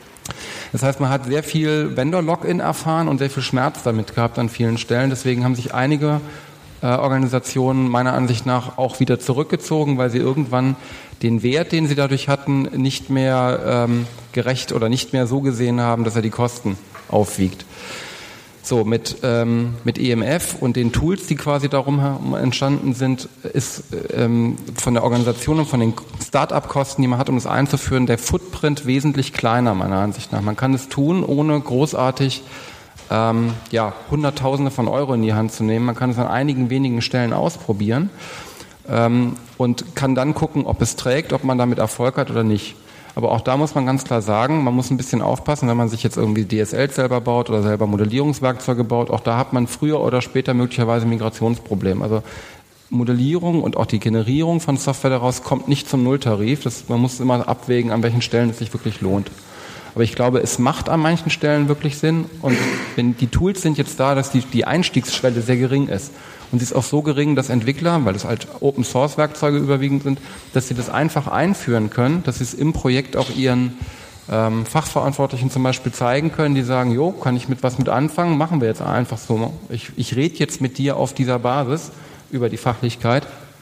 Das heißt, man hat sehr viel Vendor-Login erfahren und sehr viel Schmerz damit gehabt an vielen Stellen. Deswegen haben sich einige äh, Organisationen meiner Ansicht nach auch wieder zurückgezogen, weil sie irgendwann den Wert, den sie dadurch hatten, nicht mehr ähm, gerecht oder nicht mehr so gesehen haben, dass er die Kosten aufwiegt. So, mit, ähm, mit E M F und den Tools, die quasi darum entstanden sind, ist ähm, von der Organisation und von den Start-up-Kosten, die man hat, um es einzuführen, der Footprint wesentlich kleiner, meiner Ansicht nach. Man kann es tun, ohne großartig ähm, ja, Hunderttausende von Euro in die Hand zu nehmen. Man kann es an einigen wenigen Stellen ausprobieren ähm, und kann dann gucken, ob es trägt, ob man damit Erfolg hat oder nicht. Aber auch da muss man ganz klar sagen, man muss ein bisschen aufpassen, wenn man sich jetzt irgendwie D S L selber baut oder selber Modellierungswerkzeuge baut. Auch da hat man früher oder später möglicherweise ein Migrationsproblem. Also Modellierung und auch die Generierung von Software daraus kommt nicht zum Nulltarif. Das, man muss immer abwägen, an welchen Stellen es sich wirklich lohnt. Aber ich glaube, es macht an manchen Stellen wirklich Sinn. Und wenn die Tools sind jetzt da, dass die, die Einstiegsschwelle sehr gering ist. Und sie ist auch so gering, dass Entwickler, weil es halt Open-Source-Werkzeuge überwiegend sind, dass sie das einfach einführen können, dass sie es im Projekt auch ihren ähm, Fachverantwortlichen zum Beispiel zeigen können, die sagen, jo, kann ich mit was mit anfangen, machen wir jetzt einfach so. Ich, ich rede jetzt mit dir auf dieser Basis über die Fachlichkeit.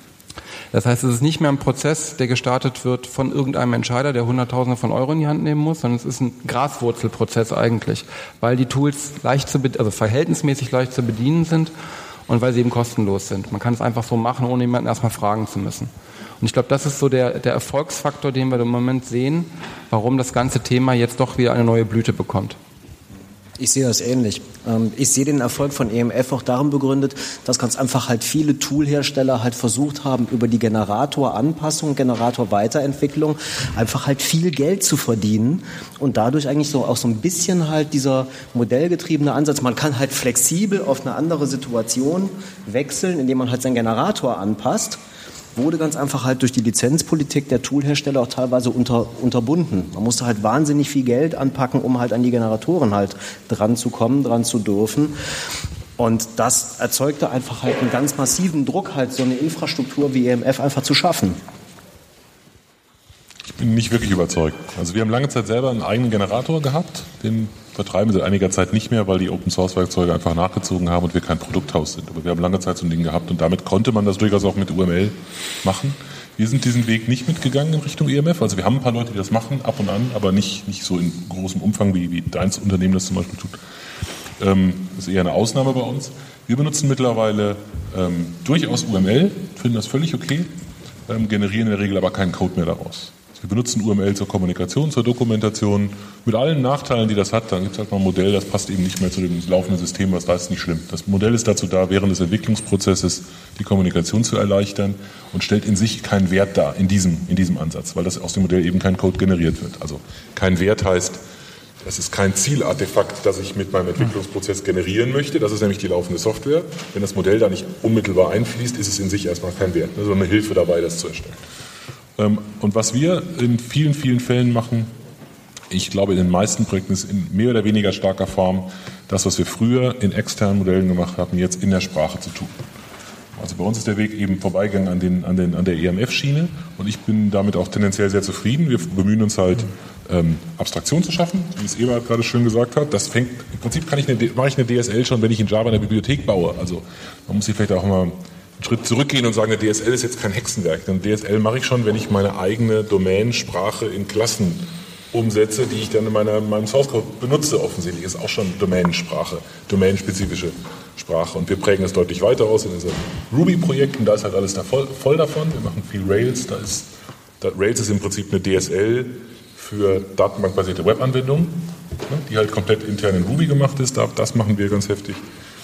Das heißt, es ist nicht mehr ein Prozess, der gestartet wird von irgendeinem Entscheider, der Hunderttausende von Euro in die Hand nehmen muss, sondern es ist ein Graswurzelprozess eigentlich, weil die Tools leicht zu, also verhältnismäßig leicht zu bedienen sind und weil sie eben kostenlos sind. Man kann es einfach so machen, ohne jemanden erstmal fragen zu müssen. Und ich glaube, das ist so der, der Erfolgsfaktor, den wir im Moment sehen, warum das ganze Thema jetzt doch wieder eine neue Blüte bekommt. Ich sehe das ähnlich. Ich sehe den Erfolg von E M F auch darin begründet, dass ganz einfach halt viele Toolhersteller halt versucht haben, über die Generatoranpassung, Generatorweiterentwicklung einfach halt viel Geld zu verdienen und dadurch eigentlich so auch so ein bisschen halt dieser modellgetriebene Ansatz, man kann halt flexibel auf eine andere Situation wechseln, indem man halt seinen Generator anpasst, wurde ganz einfach halt durch die Lizenzpolitik der Toolhersteller auch teilweise unter, unterbunden. Man musste halt wahnsinnig viel Geld anpacken, um halt an die Generatoren halt dran zu kommen, dran zu dürfen. Und das erzeugte einfach halt einen ganz massiven Druck, halt so eine Infrastruktur wie E M F einfach zu schaffen. Ich bin nicht wirklich überzeugt. Also wir haben lange Zeit selber einen eigenen Generator gehabt, den vertreiben wir seit einiger Zeit nicht mehr, weil die Open-Source-Werkzeuge einfach nachgezogen haben und wir kein Produkthaus sind. Aber wir haben lange Zeit so ein Ding gehabt und damit konnte man das durchaus auch mit U M L machen. Wir sind diesen Weg nicht mitgegangen in Richtung E M F. Also wir haben ein paar Leute, die das machen, ab und an, aber nicht, nicht so in großem Umfang, wie, wie deins Unternehmen das zum Beispiel tut. Ähm, das ist eher eine Ausnahme bei uns. Wir benutzen mittlerweile ähm, durchaus U M L, finden das völlig okay, ähm, generieren in der Regel aber keinen Code mehr daraus. Wir benutzen U M L zur Kommunikation, zur Dokumentation, mit allen Nachteilen, die das hat. Dann gibt es halt mal ein Modell, das passt eben nicht mehr zu dem laufenden System, was da ist nicht schlimm. Das Modell ist dazu da, während des Entwicklungsprozesses die Kommunikation zu erleichtern und stellt in sich keinen Wert dar in diesem, in diesem Ansatz, weil das aus dem Modell eben kein Code generiert wird. Also kein Wert heißt, es ist kein Zielartefakt, das ich mit meinem Entwicklungsprozess generieren möchte. Das ist nämlich die laufende Software. Wenn das Modell da nicht unmittelbar einfließt, ist es in sich erstmal kein Wert. Also eine Hilfe dabei, das zu erstellen. Und was wir in vielen, vielen Fällen machen, ich glaube in den meisten Projekten ist in mehr oder weniger starker Form das, was wir früher in externen Modellen gemacht haben, jetzt in der Sprache zu tun. Also bei uns ist der Weg eben vorbeigegangen an, den, an, den, an der E M F-Schiene und ich bin damit auch tendenziell sehr zufrieden. Wir bemühen uns halt, ähm, Abstraktion zu schaffen, wie es Eberhard gerade schön gesagt hat. Das fängt, im Prinzip kann ich eine, mache ich eine D S L schon, wenn ich in Java eine Bibliothek baue. Also man muss sich vielleicht auch mal einen Schritt zurückgehen und sagen, der D S L ist jetzt kein Hexenwerk. Denn D S L mache ich schon, wenn ich meine eigene Domänensprache in Klassen umsetze, die ich dann in meiner, meinem Source Code benutze. Offensichtlich ist auch schon Domänensprache, domänenspezifische Sprache. Und wir prägen das deutlich weiter aus in unseren Ruby-Projekten. Da ist halt alles da voll, voll davon. Wir machen viel Rails. Da ist, da, Rails ist im Prinzip eine D S L für datenbankbasierte Webanwendungen, die halt komplett intern in Ruby gemacht ist. Das machen wir ganz heftig.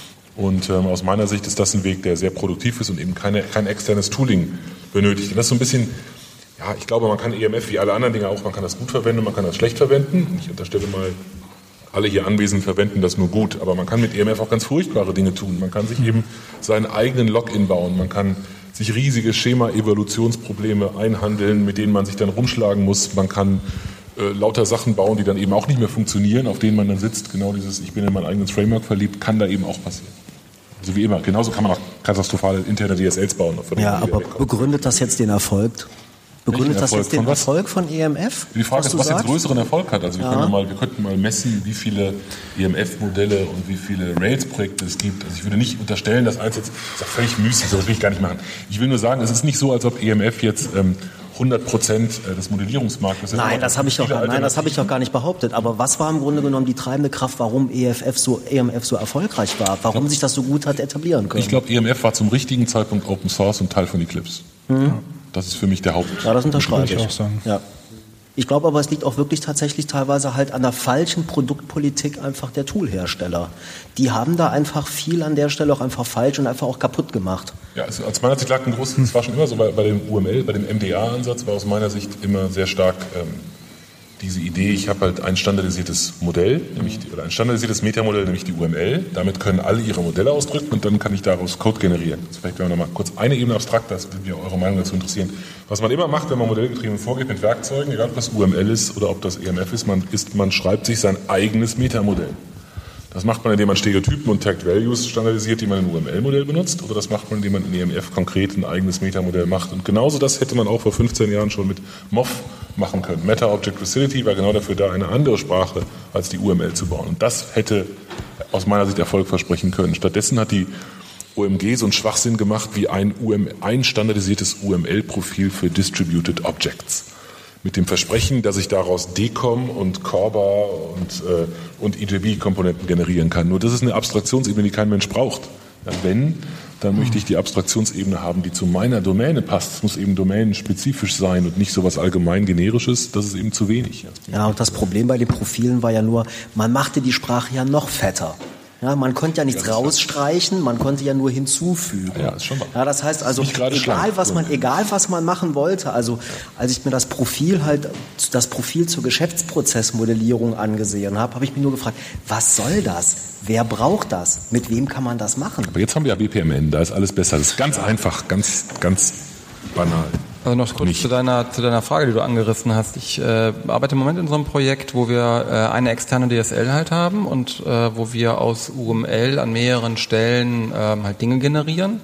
Und ähm, aus meiner Sicht ist das ein Weg, der sehr produktiv ist und eben keine, kein externes Tooling benötigt. Und das ist so ein bisschen, ja, ich glaube, man kann E M F wie alle anderen Dinge auch, man kann das gut verwenden, man kann das schlecht verwenden. Ich unterstelle mal, alle hier Anwesenden verwenden das nur gut, aber man kann mit E M F auch ganz furchtbare Dinge tun. Man kann sich eben seinen eigenen Login bauen, man kann sich riesige Schema-Evolutionsprobleme einhandeln, mit denen man sich dann rumschlagen muss. Man kann äh, lauter Sachen bauen, die dann eben auch nicht mehr funktionieren, auf denen man dann sitzt. Genau dieses, ich bin in mein eigenes Framework verliebt, kann da eben auch passieren. Also wie immer, genauso kann man auch katastrophale interne D S Ls bauen. Ja, aber begründet das jetzt den Erfolg? Begründet das jetzt den Erfolg von E M F? Die Frage ist, was jetzt größeren Erfolg hat. Also wir, ja. können mal, wir könnten mal messen, wie viele E M F-Modelle und wie viele Rails-Projekte es gibt. Also ich würde nicht unterstellen, dass eins jetzt, das ist ja völlig müßig, das will ich gar nicht machen. Ich will nur sagen, es ist nicht so, als ob E M F jetzt ähm, hundert Prozent des Modellierungsmarktes ist. Nein, das habe ich doch, nein, das habe ich doch gar nicht behauptet. Aber was war im Grunde genommen die treibende Kraft, warum E M F so, E M F so erfolgreich war? Warum glaub, sich das so gut hat etablieren können? Ich glaube, E M F war zum richtigen Zeitpunkt Open Source und Teil von Eclipse. Mhm. Ja. Das ist für mich der Haupt. Ja, das unterschreibe ich. Ich auch sagen. Ja. Ich glaube aber, es liegt auch wirklich tatsächlich teilweise halt an der falschen Produktpolitik einfach der Toolhersteller. Die haben da einfach viel an der Stelle auch einfach falsch und einfach auch kaputt gemacht. Ja, also aus meiner Sicht lag ein großes, das war schon immer so, bei, bei dem U M L, bei dem M D A-Ansatz war aus meiner Sicht immer sehr stark ähm, diese Idee, ich habe halt ein standardisiertes Modell, nämlich die, oder ein standardisiertes Metamodell, nämlich die U M L. Damit können alle ihre Modelle ausdrücken und dann kann ich daraus Code generieren. Jetzt vielleicht werden wir noch mal kurz eine Ebene abstrakter, das würde mich eure Meinung dazu interessieren. Was man immer macht, wenn man modellgetrieben vorgeht mit Werkzeugen, egal ob das U M L ist oder ob das E M F ist, man, ist, man schreibt sich sein eigenes Metamodell. Das macht man, indem man Stereotypen und Tagged Values standardisiert, die man im U M L-Modell benutzt, oder das macht man, indem man in E M F konkret ein eigenes Metamodell macht. Und genauso das hätte man auch vor fünfzehn Jahren schon mit M O F machen können. Meta-Object Facility war genau dafür da, eine andere Sprache als die U M L zu bauen. Und das hätte aus meiner Sicht Erfolg versprechen können. Stattdessen hat die O M G so einen Schwachsinn gemacht wie ein, U M, ein standardisiertes U M L-Profil für Distributed Objects. Mit dem Versprechen, dass ich daraus D COM und Corba und, äh, und E J B-Komponenten generieren kann. Nur das ist eine Abstraktionsebene, die kein Mensch braucht. Ja, wenn, dann möchte ich die Abstraktionsebene haben, die zu meiner Domäne passt. Es muss eben domänenspezifisch sein und nicht so was allgemein generisches. Das ist eben zu wenig. Ja, und das Problem bei den Profilen war ja nur, man machte die Sprache ja noch fetter. Ja, man konnte ja nichts rausstreichen, man konnte ja nur hinzufügen. Ja, ist schon wahr. Ja, das heißt also, egal was man, egal was man machen wollte, also als ich mir das Profil halt, das Profil zur Geschäftsprozessmodellierung angesehen habe, habe ich mich nur gefragt, was soll das? Wer braucht das? Mit wem kann man das machen? Aber jetzt haben wir ja B P M N, da ist alles besser. Das ist ganz einfach, ganz, ganz banal. Also noch kurz zu deiner, zu deiner Frage, die du angerissen hast. Ich äh, arbeite im Moment in so einem Projekt, wo wir äh, eine externe D S L halt haben und äh, wo wir aus U M L an mehreren Stellen äh, halt Dinge generieren.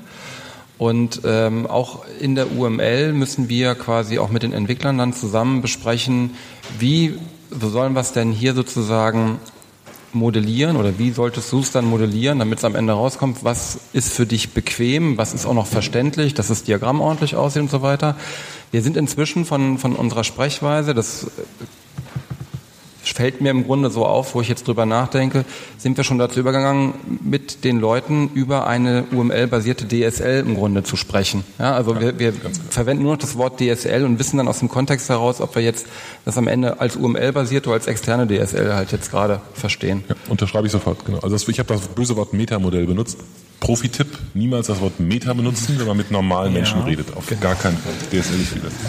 Und ähm, auch in der U M L müssen wir quasi auch mit den Entwicklern dann zusammen besprechen, wie sollen wir es denn hier sozusagen modellieren oder wie solltest du es dann modellieren, damit es am Ende rauskommt, was ist für dich bequem, was ist auch noch verständlich, dass das Diagramm ordentlich aussieht und so weiter. Wir sind inzwischen von, von unserer Sprechweise, das fällt mir im Grunde so auf, wo ich jetzt drüber nachdenke, sind wir schon dazu übergegangen, mit den Leuten über eine U M L-basierte D S L im Grunde zu sprechen. Ja, also ja, wir, wir verwenden nur noch das Wort D S L und wissen dann aus dem Kontext heraus, ob wir jetzt das am Ende als U M L-basierte oder als externe D S L halt jetzt gerade verstehen. Ja, unterschreibe ich sofort, genau. Also das, ich habe das böse Wort Metamodell benutzt. Profi-Tipp, niemals das Wort Meta benutzen, wenn man mit normalen ja. Menschen redet. Auf gar keinen Fall. D S L ist wieder.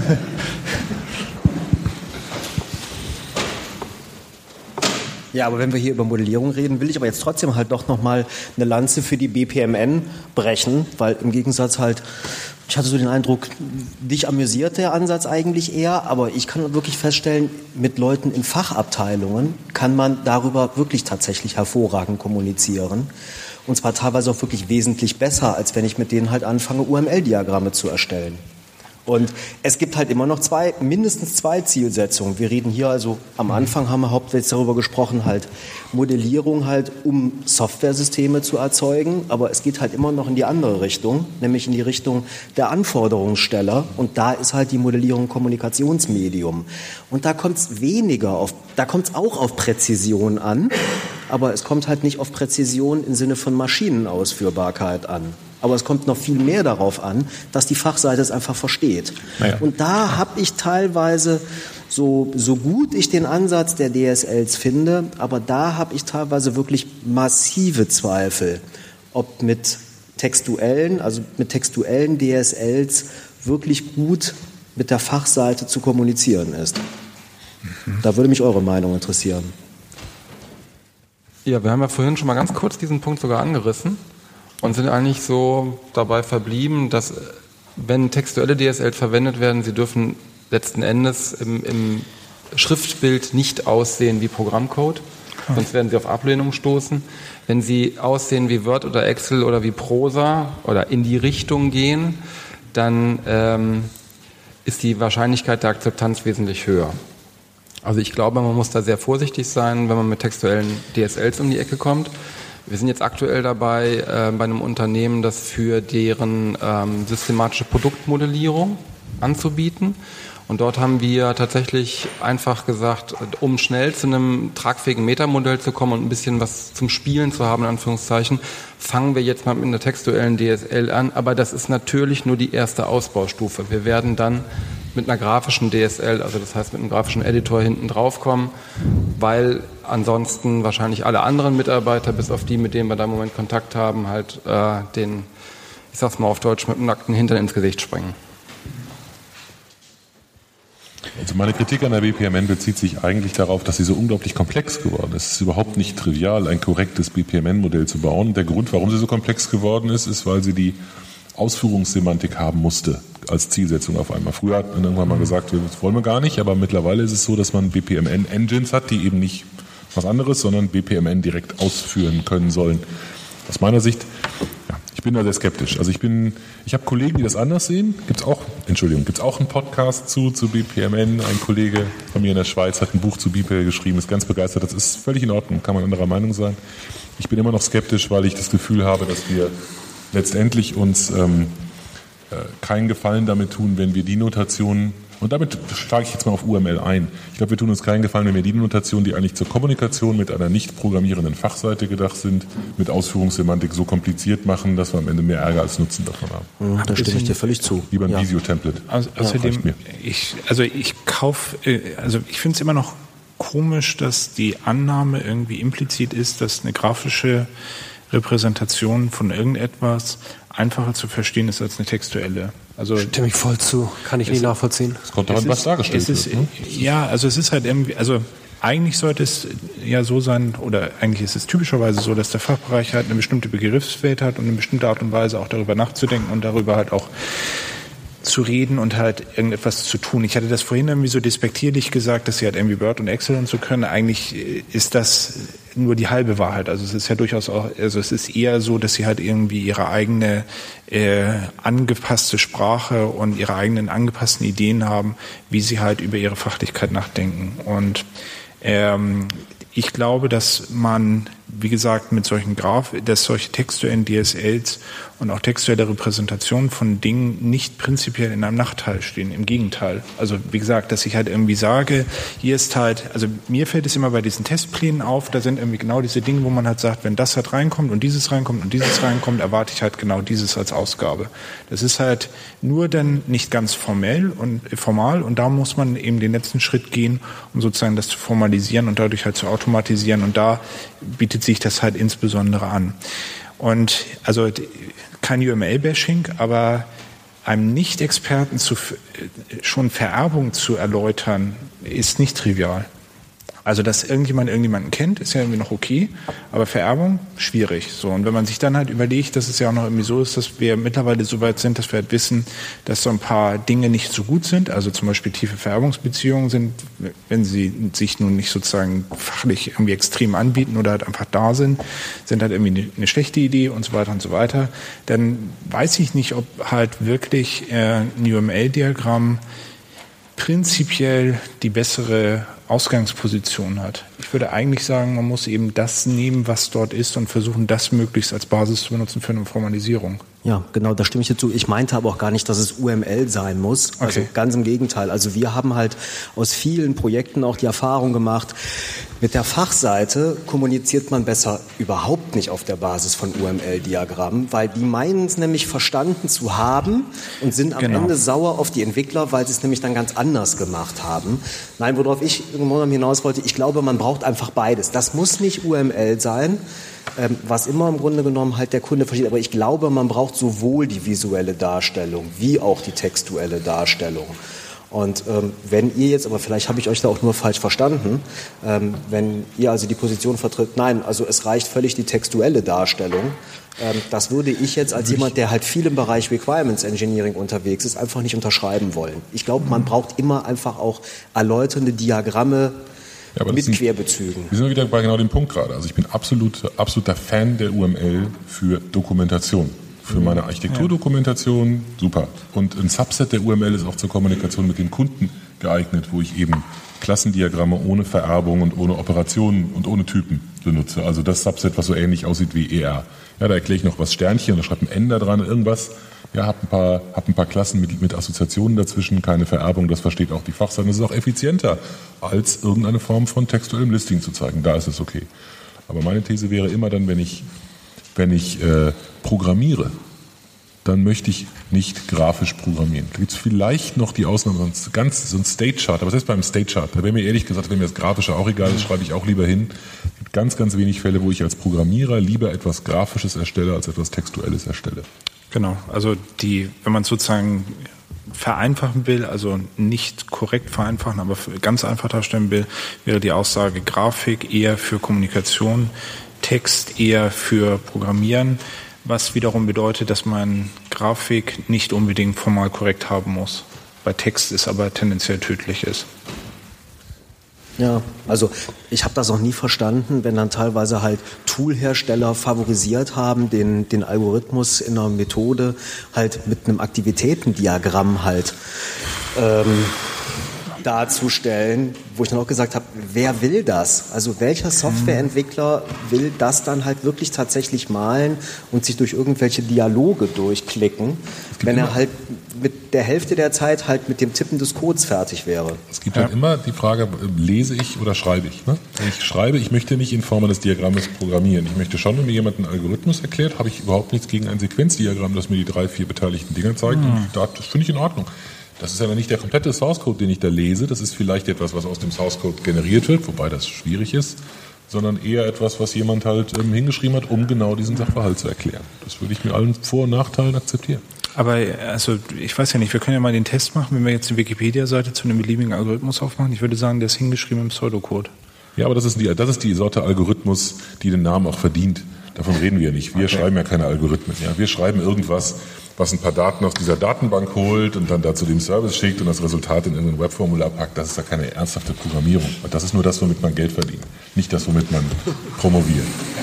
Ja, aber wenn wir hier über Modellierung reden, will ich aber jetzt trotzdem halt doch nochmal eine Lanze für die B P M N brechen, weil im Gegensatz halt, ich hatte so den Eindruck, dich amüsiert der Ansatz eigentlich eher, aber ich kann wirklich feststellen, mit Leuten in Fachabteilungen kann man darüber wirklich tatsächlich hervorragend kommunizieren. Und zwar teilweise auch wirklich wesentlich besser, als wenn ich mit denen halt anfange, U M L-Diagramme zu erstellen. Und es gibt halt immer noch zwei, mindestens zwei Zielsetzungen. Wir reden hier also, am Anfang haben wir hauptsächlich darüber gesprochen, halt Modellierung halt, um Softwaresysteme zu erzeugen. Aber es geht halt immer noch in die andere Richtung, nämlich in die Richtung der Anforderungssteller. Und da ist halt die Modellierung Kommunikationsmedium. Und da kommt es weniger auf, da kommt es auch auf Präzision an. Aber es kommt halt nicht auf Präzision im Sinne von Maschinenausführbarkeit an. Aber es kommt noch viel mehr darauf an, dass die Fachseite es einfach versteht. Naja. Und da habe ich teilweise, so, so gut ich den Ansatz der D S Ls finde, aber da habe ich teilweise wirklich massive Zweifel, ob mit textuellen, also mit textuellen D S Ls wirklich gut mit der Fachseite zu kommunizieren ist. Mhm. Da würde mich eure Meinung interessieren. Ja, wir haben ja vorhin schon mal ganz kurz diesen Punkt sogar angerissen. Und sind eigentlich so dabei verblieben, dass wenn textuelle D S Ls verwendet werden, sie dürfen letzten Endes im, im Schriftbild nicht aussehen wie Programmcode, sonst werden sie auf Ablehnung stoßen. Wenn sie aussehen wie Word oder Excel oder wie Prosa oder in die Richtung gehen, dann ähm, ist die Wahrscheinlichkeit der Akzeptanz wesentlich höher. Also ich glaube, man muss da sehr vorsichtig sein, wenn man mit textuellen D S Ls um die Ecke kommt. Wir sind jetzt aktuell dabei äh, bei einem Unternehmen, das für deren ähm, systematische Produktmodellierung anzubieten. Und dort haben wir tatsächlich einfach gesagt, um schnell zu einem tragfähigen Metamodell zu kommen und ein bisschen was zum Spielen zu haben, in Anführungszeichen, fangen wir jetzt mal mit einer textuellen D S L an. Aber das ist natürlich nur die erste Ausbaustufe. Wir werden dann mit einer grafischen D S L, also das heißt mit einem grafischen Editor hinten drauf kommen, weil ansonsten wahrscheinlich alle anderen Mitarbeiter, bis auf die, mit denen wir da im Moment Kontakt haben, halt äh, den, ich sag's mal auf Deutsch, mit dem nackten Hintern ins Gesicht springen. Also meine Kritik an der B P M N bezieht sich eigentlich darauf, dass sie so unglaublich komplex geworden ist. Es ist überhaupt nicht trivial, ein korrektes B P M N-Modell zu bauen. Der Grund, warum sie so komplex geworden ist, ist, weil sie die Ausführungssemantik haben musste als Zielsetzung auf einmal. Früher hat man irgendwann mal gesagt, das wollen wir gar nicht, aber mittlerweile ist es so, dass man B P M N-Engines hat, die eben nicht was anderes, sondern B P M N direkt ausführen können sollen. Aus meiner Sicht, ja, ich bin da sehr skeptisch. Also ich bin, ich habe Kollegen, die das anders sehen. Gibt's auch, Entschuldigung, gibt's auch einen Podcast zu, zu B P M N. Ein Kollege von mir in der Schweiz hat ein Buch zu B P L geschrieben, ist ganz begeistert. Das ist völlig in Ordnung, kann man anderer Meinung sein. Ich bin immer noch skeptisch, weil ich das Gefühl habe, dass wir letztendlich uns ähm, äh, keinen Gefallen damit tun, wenn wir die Notationen, und damit schlage ich jetzt mal auf U M L ein, ich glaube, wir tun uns keinen Gefallen, wenn wir die Notationen, die eigentlich zur Kommunikation mit einer nicht programmierenden Fachseite gedacht sind, mit Ausführungssemantik so kompliziert machen, dass wir am Ende mehr Ärger als Nutzen davon haben. Mhm, da stimme ich dir völlig zu. Wie beim ja. Visio-Template. Also, außerdem, ja, ich, also ich kaufe, also ich finde es immer noch komisch, dass die Annahme irgendwie implizit ist, dass eine grafische Repräsentation von irgendetwas einfacher zu verstehen ist als eine textuelle. Also stimme ich voll zu, kann ich nicht nachvollziehen. Es kommt daran, was dargestellt ist, wird. Ne? Ja, also es ist halt irgendwie, also eigentlich sollte es ja so sein, oder eigentlich ist es typischerweise so, dass der Fachbereich halt eine bestimmte Begriffswelt hat und eine bestimmte Art und Weise auch darüber nachzudenken und darüber halt auch zu reden und halt irgendetwas zu tun. Ich hatte das vorhin irgendwie so despektierlich gesagt, dass sie halt irgendwie Word und Excel und so können. Eigentlich ist das nur die halbe Wahrheit. Also es ist ja durchaus auch, also es ist eher so, dass sie halt irgendwie ihre eigene äh, angepasste Sprache und ihre eigenen angepassten Ideen haben, wie sie halt über ihre Fachlichkeit nachdenken. Und ähm, ich glaube, dass man, wie gesagt, mit solchen Graph, dass solche textuellen D S Ls und auch textuelle Repräsentationen von Dingen nicht prinzipiell in einem Nachteil stehen. Im Gegenteil. Also wie gesagt, dass ich halt irgendwie sage, hier ist halt, also mir fällt es immer bei diesen Testplänen auf, da sind irgendwie genau diese Dinge, wo man halt sagt, wenn das halt reinkommt und dieses reinkommt und dieses reinkommt, erwarte ich halt genau dieses als Ausgabe. Das ist halt nur dann nicht ganz formell und formal und da muss man eben den letzten Schritt gehen, um sozusagen das zu formalisieren und dadurch halt zu automatisieren und da bietet sich das halt insbesondere an. Und also kein U M L-Bashing, aber einem Nicht-Experten zu, schon Vererbung zu erläutern, ist nicht trivial. Also, dass irgendjemand irgendjemanden kennt, ist ja irgendwie noch okay, aber Vererbung, schwierig. So. Und wenn man sich dann halt überlegt, dass es ja auch noch irgendwie so ist, dass wir mittlerweile so weit sind, dass wir halt wissen, dass so ein paar Dinge nicht so gut sind, also zum Beispiel tiefe Vererbungsbeziehungen sind, wenn sie sich nun nicht sozusagen fachlich irgendwie extrem anbieten oder halt einfach da sind, sind halt irgendwie eine, eine schlechte Idee und so weiter und so weiter, dann weiß ich nicht, ob halt wirklich äh, ein U M L-Diagramm prinzipiell die bessere Ausgangsposition hat. Ich würde eigentlich sagen, man muss eben das nehmen, was dort ist und versuchen, das möglichst als Basis zu benutzen für eine Formalisierung. Ja, genau, da stimme ich dir zu. Ich meinte aber auch gar nicht, dass es U M L sein muss. Also okay. Ganz im Gegenteil. Also wir haben halt aus vielen Projekten auch die Erfahrung gemacht, mit der Fachseite kommuniziert man besser überhaupt nicht auf der Basis von U M L-Diagrammen, weil die meinen es nämlich verstanden zu haben und sind am genau. Ende sauer auf die Entwickler, weil sie es nämlich dann ganz anders gemacht haben. Nein, worauf ich irgendwann hinaus wollte, ich glaube, man braucht einfach beides. Das muss nicht U M L sein, ähm, was immer im Grunde genommen halt der Kunde versteht, aber ich glaube, man braucht sowohl die visuelle Darstellung wie auch die textuelle Darstellung. Und ähm, wenn ihr jetzt, aber vielleicht habe ich euch da auch nur falsch verstanden, ähm, wenn ihr also die Position vertritt, nein, also es reicht völlig die textuelle Darstellung, ähm, das würde ich jetzt als jemand, der halt viel im Bereich Requirements Engineering unterwegs ist, einfach nicht unterschreiben wollen. Ich glaube, man braucht immer einfach auch erläuternde Diagramme ja, mit sind, Querbezügen. Wir sind wieder bei genau dem Punkt gerade. Also ich bin absolut, absoluter Fan der U M L für Dokumentation. Für meine Architekturdokumentation, super. Und ein Subset der U M L ist auch zur Kommunikation mit dem Kunden geeignet, wo ich eben Klassendiagramme ohne Vererbung und ohne Operationen und ohne Typen benutze. Also das Subset, was so ähnlich aussieht wie E R. Ja, da erkläre ich noch was Sternchen, da schreibt ein N da dran, irgendwas. Ja, hab ein paar, hab ein paar Klassen mit, mit Assoziationen dazwischen, keine Vererbung, das versteht auch die Fachseite. Das ist auch effizienter, als irgendeine Form von textuellem Listing zu zeigen. Da ist es okay. Aber meine These wäre immer dann, wenn ich Wenn ich äh, programmiere, dann möchte ich nicht grafisch programmieren. Da gibt es vielleicht noch die Ausnahme, sonst ganz so ein State-Chart, aber das ist beim State-Chart. Da wäre mir ehrlich gesagt, wenn mir das Grafische auch egal ist, schreibe ich auch lieber hin. Es gibt ganz, ganz wenig Fälle, wo ich als Programmierer lieber etwas Grafisches erstelle, als etwas Textuelles erstelle. Genau, also die, wenn man sozusagen vereinfachen will, also nicht korrekt vereinfachen, aber ganz einfach darstellen will, wäre die Aussage Grafik eher für Kommunikation, Text eher für Programmieren, was wiederum bedeutet, dass man Grafik nicht unbedingt formal korrekt haben muss. Bei Text ist aber tendenziell tödlich ist. Ja, also ich habe das auch nie verstanden, wenn dann teilweise halt Toolhersteller favorisiert haben, den, den Algorithmus in einer Methode halt mit einem Aktivitätendiagramm halt ähm, darzustellen, wo ich dann auch gesagt habe, wer will das? Also welcher Softwareentwickler will das dann halt wirklich tatsächlich malen und sich durch irgendwelche Dialoge durchklicken, wenn er halt mit der Hälfte der Zeit halt mit dem Tippen des Codes fertig wäre? Es gibt ja. halt immer die Frage, lese ich oder schreibe ich? Ne? Wenn ich schreibe, ich möchte nicht in Form eines Diagrammes programmieren. Ich möchte schon, wenn mir jemand einen Algorithmus erklärt, habe ich überhaupt nichts gegen ein Sequenzdiagramm, das mir die drei, vier beteiligten Dinge zeigt. Mhm. Und das finde ich in Ordnung. Das ist aber nicht der komplette Source Code, den ich da lese. Das ist vielleicht etwas, was aus dem Source Code generiert wird, wobei das schwierig ist, sondern eher etwas, was jemand halt ähm, hingeschrieben hat, um genau diesen Sachverhalt zu erklären. Das würde ich mit allen Vor- und Nachteilen akzeptieren. Aber also ich weiß ja nicht, wir können ja mal den Test machen, wenn wir jetzt eine Wikipedia-Seite zu einem beliebigen Algorithmus aufmachen. Ich würde sagen, der ist hingeschrieben im Pseudocode. Ja, aber das ist die, das ist die Sorte Algorithmus, die den Namen auch verdient. Davon reden wir ja nicht. Wir okay. schreiben ja keine Algorithmen. Ja? Wir schreiben irgendwas, was ein paar Daten aus dieser Datenbank holt und dann dazu dem Service schickt und das Resultat in irgendein Webformular packt. Das ist ja keine ernsthafte Programmierung. Das ist nur das, womit man Geld verdient, nicht das, womit man promoviert.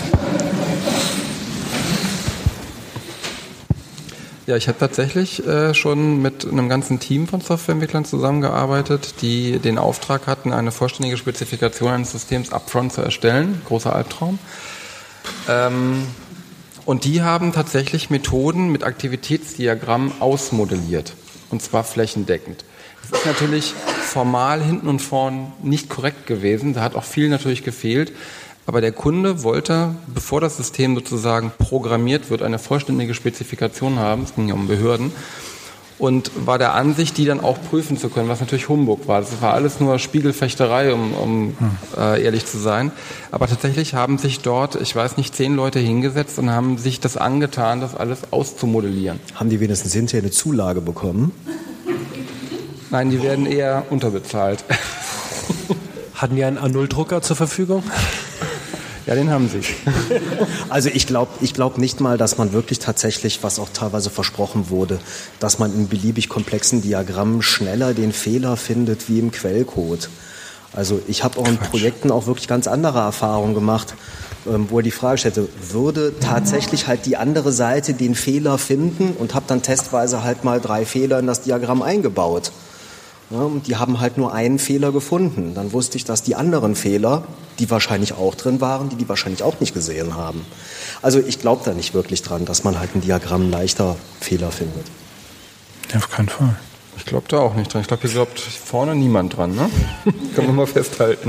Ja, ich habe tatsächlich äh, schon mit einem ganzen Team von Softwareentwicklern zusammengearbeitet, die den Auftrag hatten, eine vollständige Spezifikation eines Systems upfront zu erstellen. Großer Albtraum. Ähm, und die haben tatsächlich Methoden mit Aktivitätsdiagrammen ausmodelliert. Und zwar flächendeckend. Das ist natürlich formal hinten und vorn nicht korrekt gewesen. Da hat auch viel natürlich gefehlt. Aber der Kunde wollte, bevor das System sozusagen programmiert wird, eine vollständige Spezifikation haben. Es ging ja um Behörden. Und war der Ansicht, die dann auch prüfen zu können, was natürlich Humbug war. Das war alles nur Spiegelfechterei, um, um äh, ehrlich zu sein. Aber tatsächlich haben sich dort, ich weiß nicht, zehn Leute hingesetzt und haben sich das angetan, das alles auszumodellieren. Haben die wenigstens hinterher eine Zulage bekommen? Nein, die werden eher unterbezahlt. Hatten die einen A null Drucker zur Verfügung? Ja, den haben sie. Also ich glaube ich glaub nicht mal, dass man wirklich tatsächlich, was auch teilweise versprochen wurde, dass man in beliebig komplexen Diagrammen schneller den Fehler findet wie im Quellcode. Also ich habe auch in Projekten auch wirklich ganz andere Erfahrungen gemacht, wo er die Frage stellte, würde tatsächlich halt die andere Seite den Fehler finden, und habe dann testweise halt mal drei Fehler in das Diagramm eingebaut. Ja, und die haben halt nur einen Fehler gefunden. Dann wusste ich, dass die anderen Fehler, die wahrscheinlich auch drin waren, die die wahrscheinlich auch nicht gesehen haben. Also ich glaube da nicht wirklich dran, dass man halt ein Diagramm leichter Fehler findet. Ja, auf keinen Fall. Ich glaube da auch nicht dran. Ich glaube, hier glaubt vorne niemand dran, ne? Können wir mal festhalten.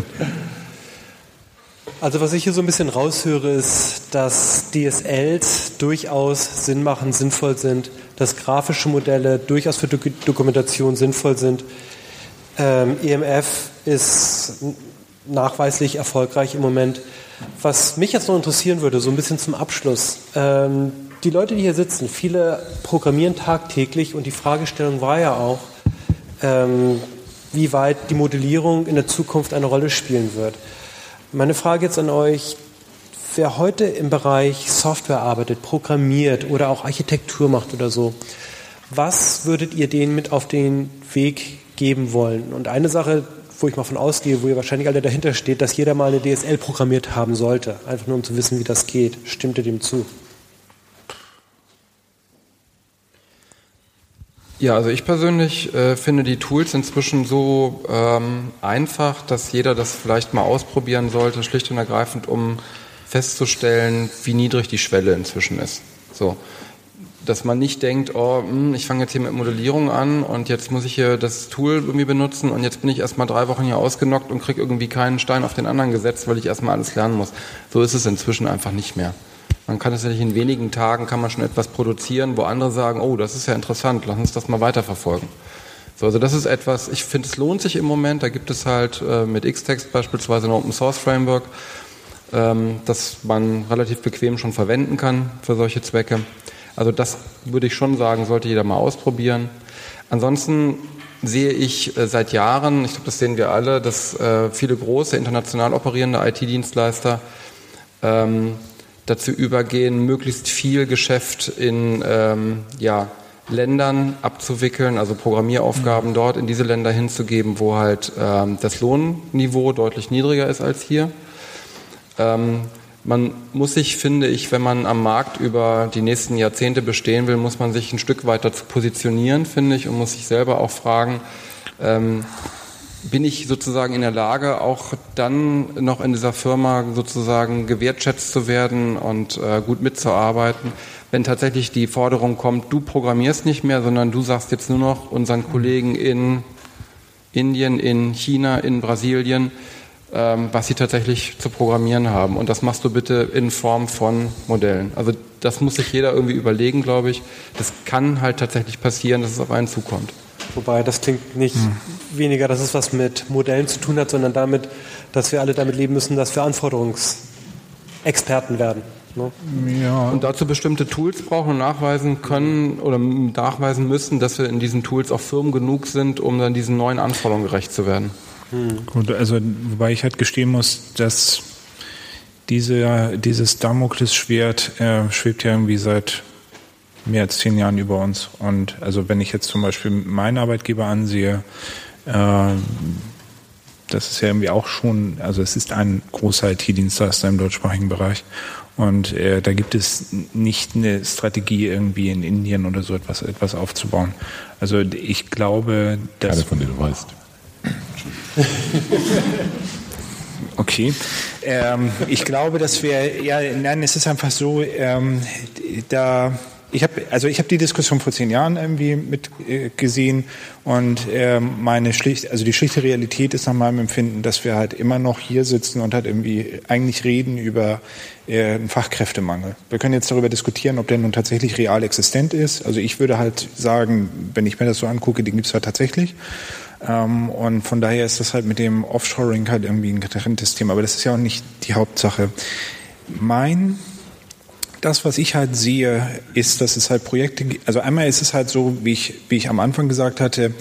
Also was ich hier so ein bisschen raushöre, ist, dass D S Ls durchaus Sinn machen, sinnvoll sind, dass grafische Modelle durchaus für Dok- Dokumentation sinnvoll sind. Ähm, E M F ist nachweislich erfolgreich im Moment. Was mich jetzt noch interessieren würde, so ein bisschen zum Abschluss, ähm, die Leute, die hier sitzen, viele programmieren tagtäglich, und die Fragestellung war ja auch, ähm, wie weit die Modellierung in der Zukunft eine Rolle spielen wird. Meine Frage jetzt an euch, wer heute im Bereich Software arbeitet, programmiert oder auch Architektur macht oder so, was würdet ihr denen mit auf den Weg geben wollen? Und eine Sache, wo ich mal von ausgehe, wo ihr wahrscheinlich alle dahinter steht, dass jeder mal eine D S L programmiert haben sollte, einfach nur um zu wissen, wie das geht. Stimmt ihr dem zu? Ja, also ich persönlich äh, finde die Tools inzwischen so ähm, einfach, dass jeder das vielleicht mal ausprobieren sollte, schlicht und ergreifend, um festzustellen, wie niedrig die Schwelle inzwischen ist. So, dass man nicht denkt, oh, mh, ich fange jetzt hier mit Modellierung an und jetzt muss ich hier das Tool irgendwie benutzen und jetzt bin ich erstmal drei Wochen hier ausgenockt und kriege irgendwie keinen Stein auf den anderen gesetzt, weil ich erstmal alles lernen muss. So ist es inzwischen einfach nicht mehr. Man kann tatsächlich in wenigen Tagen kann man schon etwas produzieren, wo andere sagen, oh, das ist ja interessant, lass uns das mal weiterverfolgen. So, also das ist etwas, ich finde, es lohnt sich im Moment. Da gibt es halt äh, mit Xtext beispielsweise ein Open Source Framework, ähm, das man relativ bequem schon verwenden kann für solche Zwecke. Also das würde ich schon sagen, sollte jeder mal ausprobieren. Ansonsten sehe ich äh, seit Jahren, ich glaube, das sehen wir alle, dass äh, viele große international operierende I T-Dienstleister ähm, dazu übergehen, möglichst viel Geschäft in ähm, ja, Ländern abzuwickeln, also Programmieraufgaben mhm. dort in diese Länder hinzugeben, wo halt ähm, das Lohnniveau deutlich niedriger ist als hier. Ähm, man muss sich, finde ich, wenn man am Markt über die nächsten Jahrzehnte bestehen will, muss man sich ein Stück weiter positionieren, finde ich, und muss sich selber auch fragen, ähm, bin ich sozusagen in der Lage, auch dann noch in dieser Firma sozusagen gewertschätzt zu werden und äh, gut mitzuarbeiten, wenn tatsächlich die Forderung kommt, du programmierst nicht mehr, sondern du sagst jetzt nur noch unseren Kollegen in Indien, in China, in Brasilien, ähm, was sie tatsächlich zu programmieren haben. Und das machst du bitte in Form von Modellen. Also das muss sich jeder irgendwie überlegen, glaube ich. Das kann halt tatsächlich passieren, dass es auf einen zukommt. Wobei, das klingt nicht hm. weniger, dass es was mit Modellen zu tun hat, sondern damit, dass wir alle damit leben müssen, dass wir Anforderungsexperten werden. Ne? Ja. Und dazu bestimmte Tools brauchen und nachweisen können oder nachweisen müssen, dass wir in diesen Tools auch Firmen genug sind, um dann diesen neuen Anforderungen gerecht zu werden. Hm. Gut, also wobei ich halt gestehen muss, dass diese, dieses Damoklesschwert äh, schwebt ja irgendwie seit mehr als zehn Jahren über uns. Und also wenn ich jetzt zum Beispiel meinen Arbeitgeber ansehe, äh, das ist ja irgendwie auch schon, also es ist ein großer I T-Dienstleister im deutschsprachigen Bereich. Und äh, da gibt es nicht eine Strategie, irgendwie in Indien oder so etwas, etwas aufzubauen. Also ich glaube, dass... Keine, von denen du weißt. Okay. Ähm, ich glaube, dass wir, ja, nein, es ist einfach so, ähm, da... Ich habe also ich habe die Diskussion vor zehn Jahren irgendwie mit äh, gesehen und äh, meine schlicht also die schlichte Realität ist nach meinem Empfinden, dass wir halt immer noch hier sitzen und halt irgendwie eigentlich reden über äh, einen Fachkräftemangel. Wir können jetzt darüber diskutieren, ob der nun tatsächlich real existent ist. Also ich würde halt sagen, wenn ich mir das so angucke, den gibt es halt tatsächlich. Ähm, und von daher ist das halt mit dem Offshoring halt irgendwie ein getrenntes Thema. Aber das ist ja auch nicht die Hauptsache. Mein Das, was ich halt sehe, ist, dass es halt Projekte gibt. Also einmal ist es halt so, wie ich, wie ich am Anfang gesagt hatte,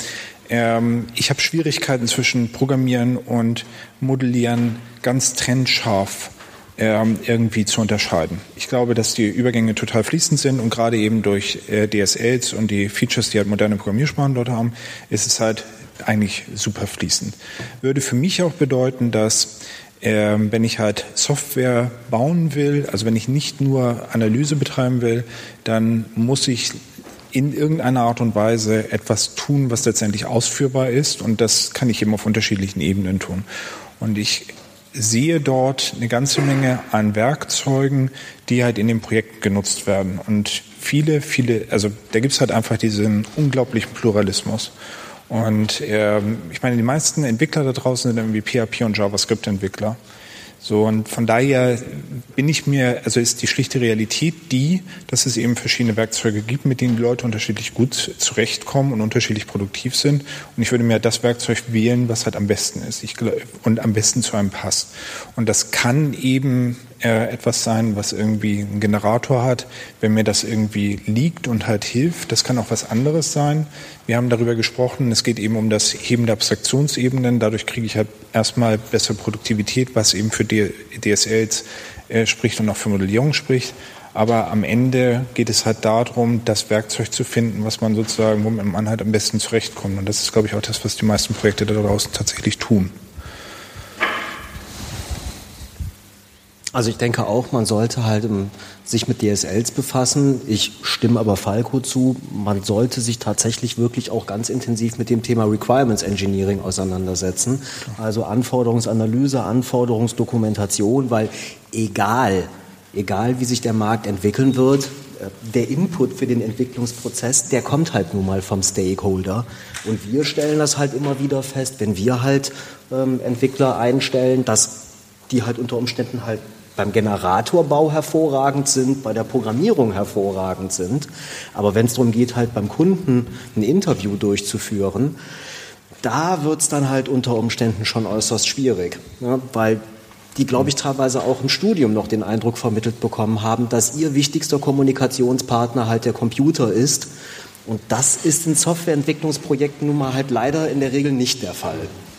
Ähm, ich habe Schwierigkeiten zwischen Programmieren und Modellieren ganz trennscharf ähm, irgendwie zu unterscheiden. Ich glaube, dass die Übergänge total fließend sind und gerade eben durch äh, D S Ls und die Features, die halt moderne Programmiersprachen dort haben, ist es halt eigentlich super fließend. Würde für mich auch bedeuten, dass ähm, wenn ich halt Software bauen will, also wenn ich nicht nur Analyse betreiben will, dann muss ich in irgendeiner Art und Weise etwas tun, was letztendlich ausführbar ist, und das kann ich eben auf unterschiedlichen Ebenen tun. Und ich sehe dort eine ganze Menge an Werkzeugen, die halt in dem Projekt genutzt werden. Und viele, viele, also da gibt es halt einfach diesen unglaublichen Pluralismus. Und ähm, ich meine, die meisten Entwickler da draußen sind irgendwie P H P und JavaScript-Entwickler. So, und von daher bin ich mir, also ist die schlichte Realität die, dass es eben verschiedene Werkzeuge gibt, mit denen die Leute unterschiedlich gut zurechtkommen und unterschiedlich produktiv sind. Und ich würde mir das Werkzeug wählen, was halt am besten ist ich, und am besten zu einem passt. Und das kann eben äh, etwas sein, was irgendwie einen Generator hat, wenn mir das irgendwie liegt und halt hilft. Das kann auch was anderes sein. Wir haben darüber gesprochen, es geht eben um das Heben der Abstraktionsebenen. Dadurch kriege ich halt erstmal bessere Produktivität, was eben für D S Ls äh, spricht und auch für Modellierung spricht. Aber am Ende geht es halt darum, das Werkzeug zu finden, was man sozusagen, womit man halt am besten zurechtkommt. Und das ist, glaube ich, auch das, was die meisten Projekte da draußen tatsächlich tun. Also ich denke auch, man sollte halt um, sich mit D S Ls befassen. Ich stimme aber Falco zu, man sollte sich tatsächlich wirklich auch ganz intensiv mit dem Thema Requirements Engineering auseinandersetzen. Also Anforderungsanalyse, Anforderungsdokumentation, weil egal, egal wie sich der Markt entwickeln wird, der Input für den Entwicklungsprozess, der kommt halt nun mal vom Stakeholder. Und wir stellen das halt immer wieder fest, wenn wir halt ähm, Entwickler einstellen, dass die halt unter Umständen halt beim Generatorbau hervorragend sind, bei der Programmierung hervorragend sind. Aber wenn es darum geht, halt beim Kunden ein Interview durchzuführen, da wird es dann halt unter Umständen schon äußerst schwierig. Ja, weil die, glaube ich, teilweise auch im Studium noch den Eindruck vermittelt bekommen haben, dass ihr wichtigster Kommunikationspartner halt der Computer ist. Und das ist in Softwareentwicklungsprojekten nun mal halt leider in der Regel nicht der Fall.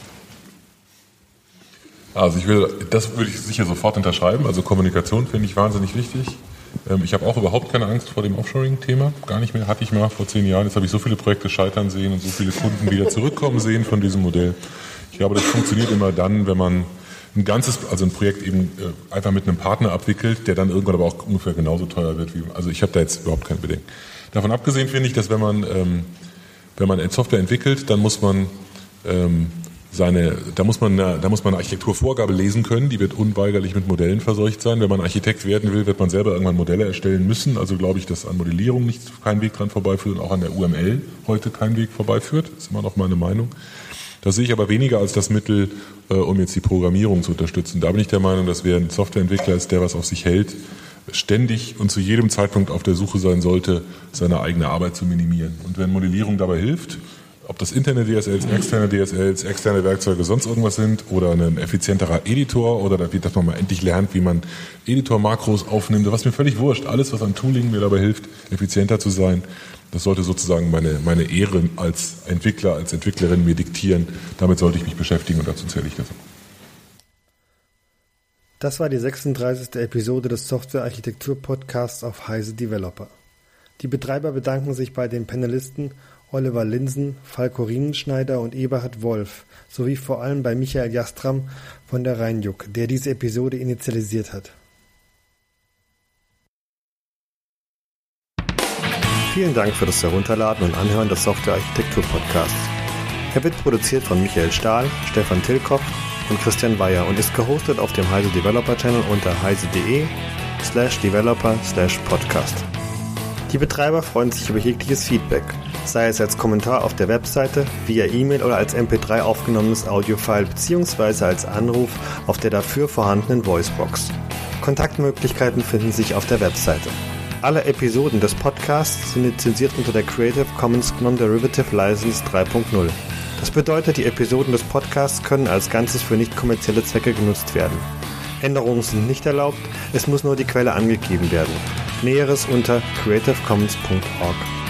Also ich will, das würde ich sicher sofort unterschreiben. Also Kommunikation finde ich wahnsinnig wichtig. Ich habe auch überhaupt keine Angst vor dem Offshoring-Thema. Gar nicht mehr, hatte ich mal vor zehn Jahren. Jetzt habe ich so viele Projekte scheitern sehen und so viele Kunden wieder zurückkommen sehen von diesem Modell. Ich glaube, das funktioniert immer dann, wenn man ein ganzes, also ein Projekt eben einfach mit einem Partner abwickelt, der dann irgendwann aber auch ungefähr genauso teuer wird wie, also ich habe da jetzt überhaupt kein Bedenken. Davon abgesehen finde ich, dass wenn man, wenn man Software entwickelt, dann muss man Seine, da muss man eine, da muss man eine Architekturvorgabe lesen können, die wird unweigerlich mit Modellen verseucht sein. Wenn man Architekt werden will, wird man selber irgendwann Modelle erstellen müssen. Also glaube ich, dass an Modellierung nicht kein Weg dran vorbeiführt und auch an der U M L heute kein Weg vorbeiführt. Das ist immer noch meine Meinung. Das sehe ich aber weniger als das Mittel, äh, um jetzt die Programmierung zu unterstützen. Da bin ich der Meinung, dass wer ein Softwareentwickler ist, der was auf sich hält, ständig und zu jedem Zeitpunkt auf der Suche sein sollte, seine eigene Arbeit zu minimieren. Und wenn Modellierung dabei hilft, ob das interne D S Ls, externe D S Ls, externe Werkzeuge, sonst irgendwas sind oder ein effizienterer Editor oder dass man mal endlich lernt, wie man Editor-Makros aufnimmt, was mir völlig wurscht. Alles, was an Tooling mir dabei hilft, effizienter zu sein, das sollte sozusagen meine, meine Ehre als Entwickler, als Entwicklerin mir diktieren. Damit sollte ich mich beschäftigen und dazu zähle ich das. Das war die sechsunddreißigste Episode des Software-Architektur-Podcasts auf Heise Developer. Die Betreiber bedanken sich bei den Panelisten Oliver Linsen, Falco Riemenschneider und Eberhard Wolf sowie vor allem bei Michael Jastram von der Rheinjuck, der diese Episode initialisiert hat. Vielen Dank für das Herunterladen und Anhören des Software-Architektur-Podcasts. Er wird produziert von Michael Stahl, Stefan Tilkoff und Christian Weyer und ist gehostet auf dem Heise Developer Channel unter heise.de slash developer slash podcast. Die Betreiber freuen sich über jegliches Feedback, sei es als Kommentar auf der Webseite, via E-Mail oder als M P drei aufgenommenes Audiofile bzw. als Anruf auf der dafür vorhandenen Voicebox. Kontaktmöglichkeiten finden sich auf der Webseite. Alle Episoden des Podcasts sind lizenziert unter der Creative Commons Non-Derivative License drei Punkt null. Das bedeutet, die Episoden des Podcasts können als Ganzes für nicht kommerzielle Zwecke genutzt werden. Änderungen sind nicht erlaubt, es muss nur die Quelle angegeben werden. Näheres unter creative commons punkt org.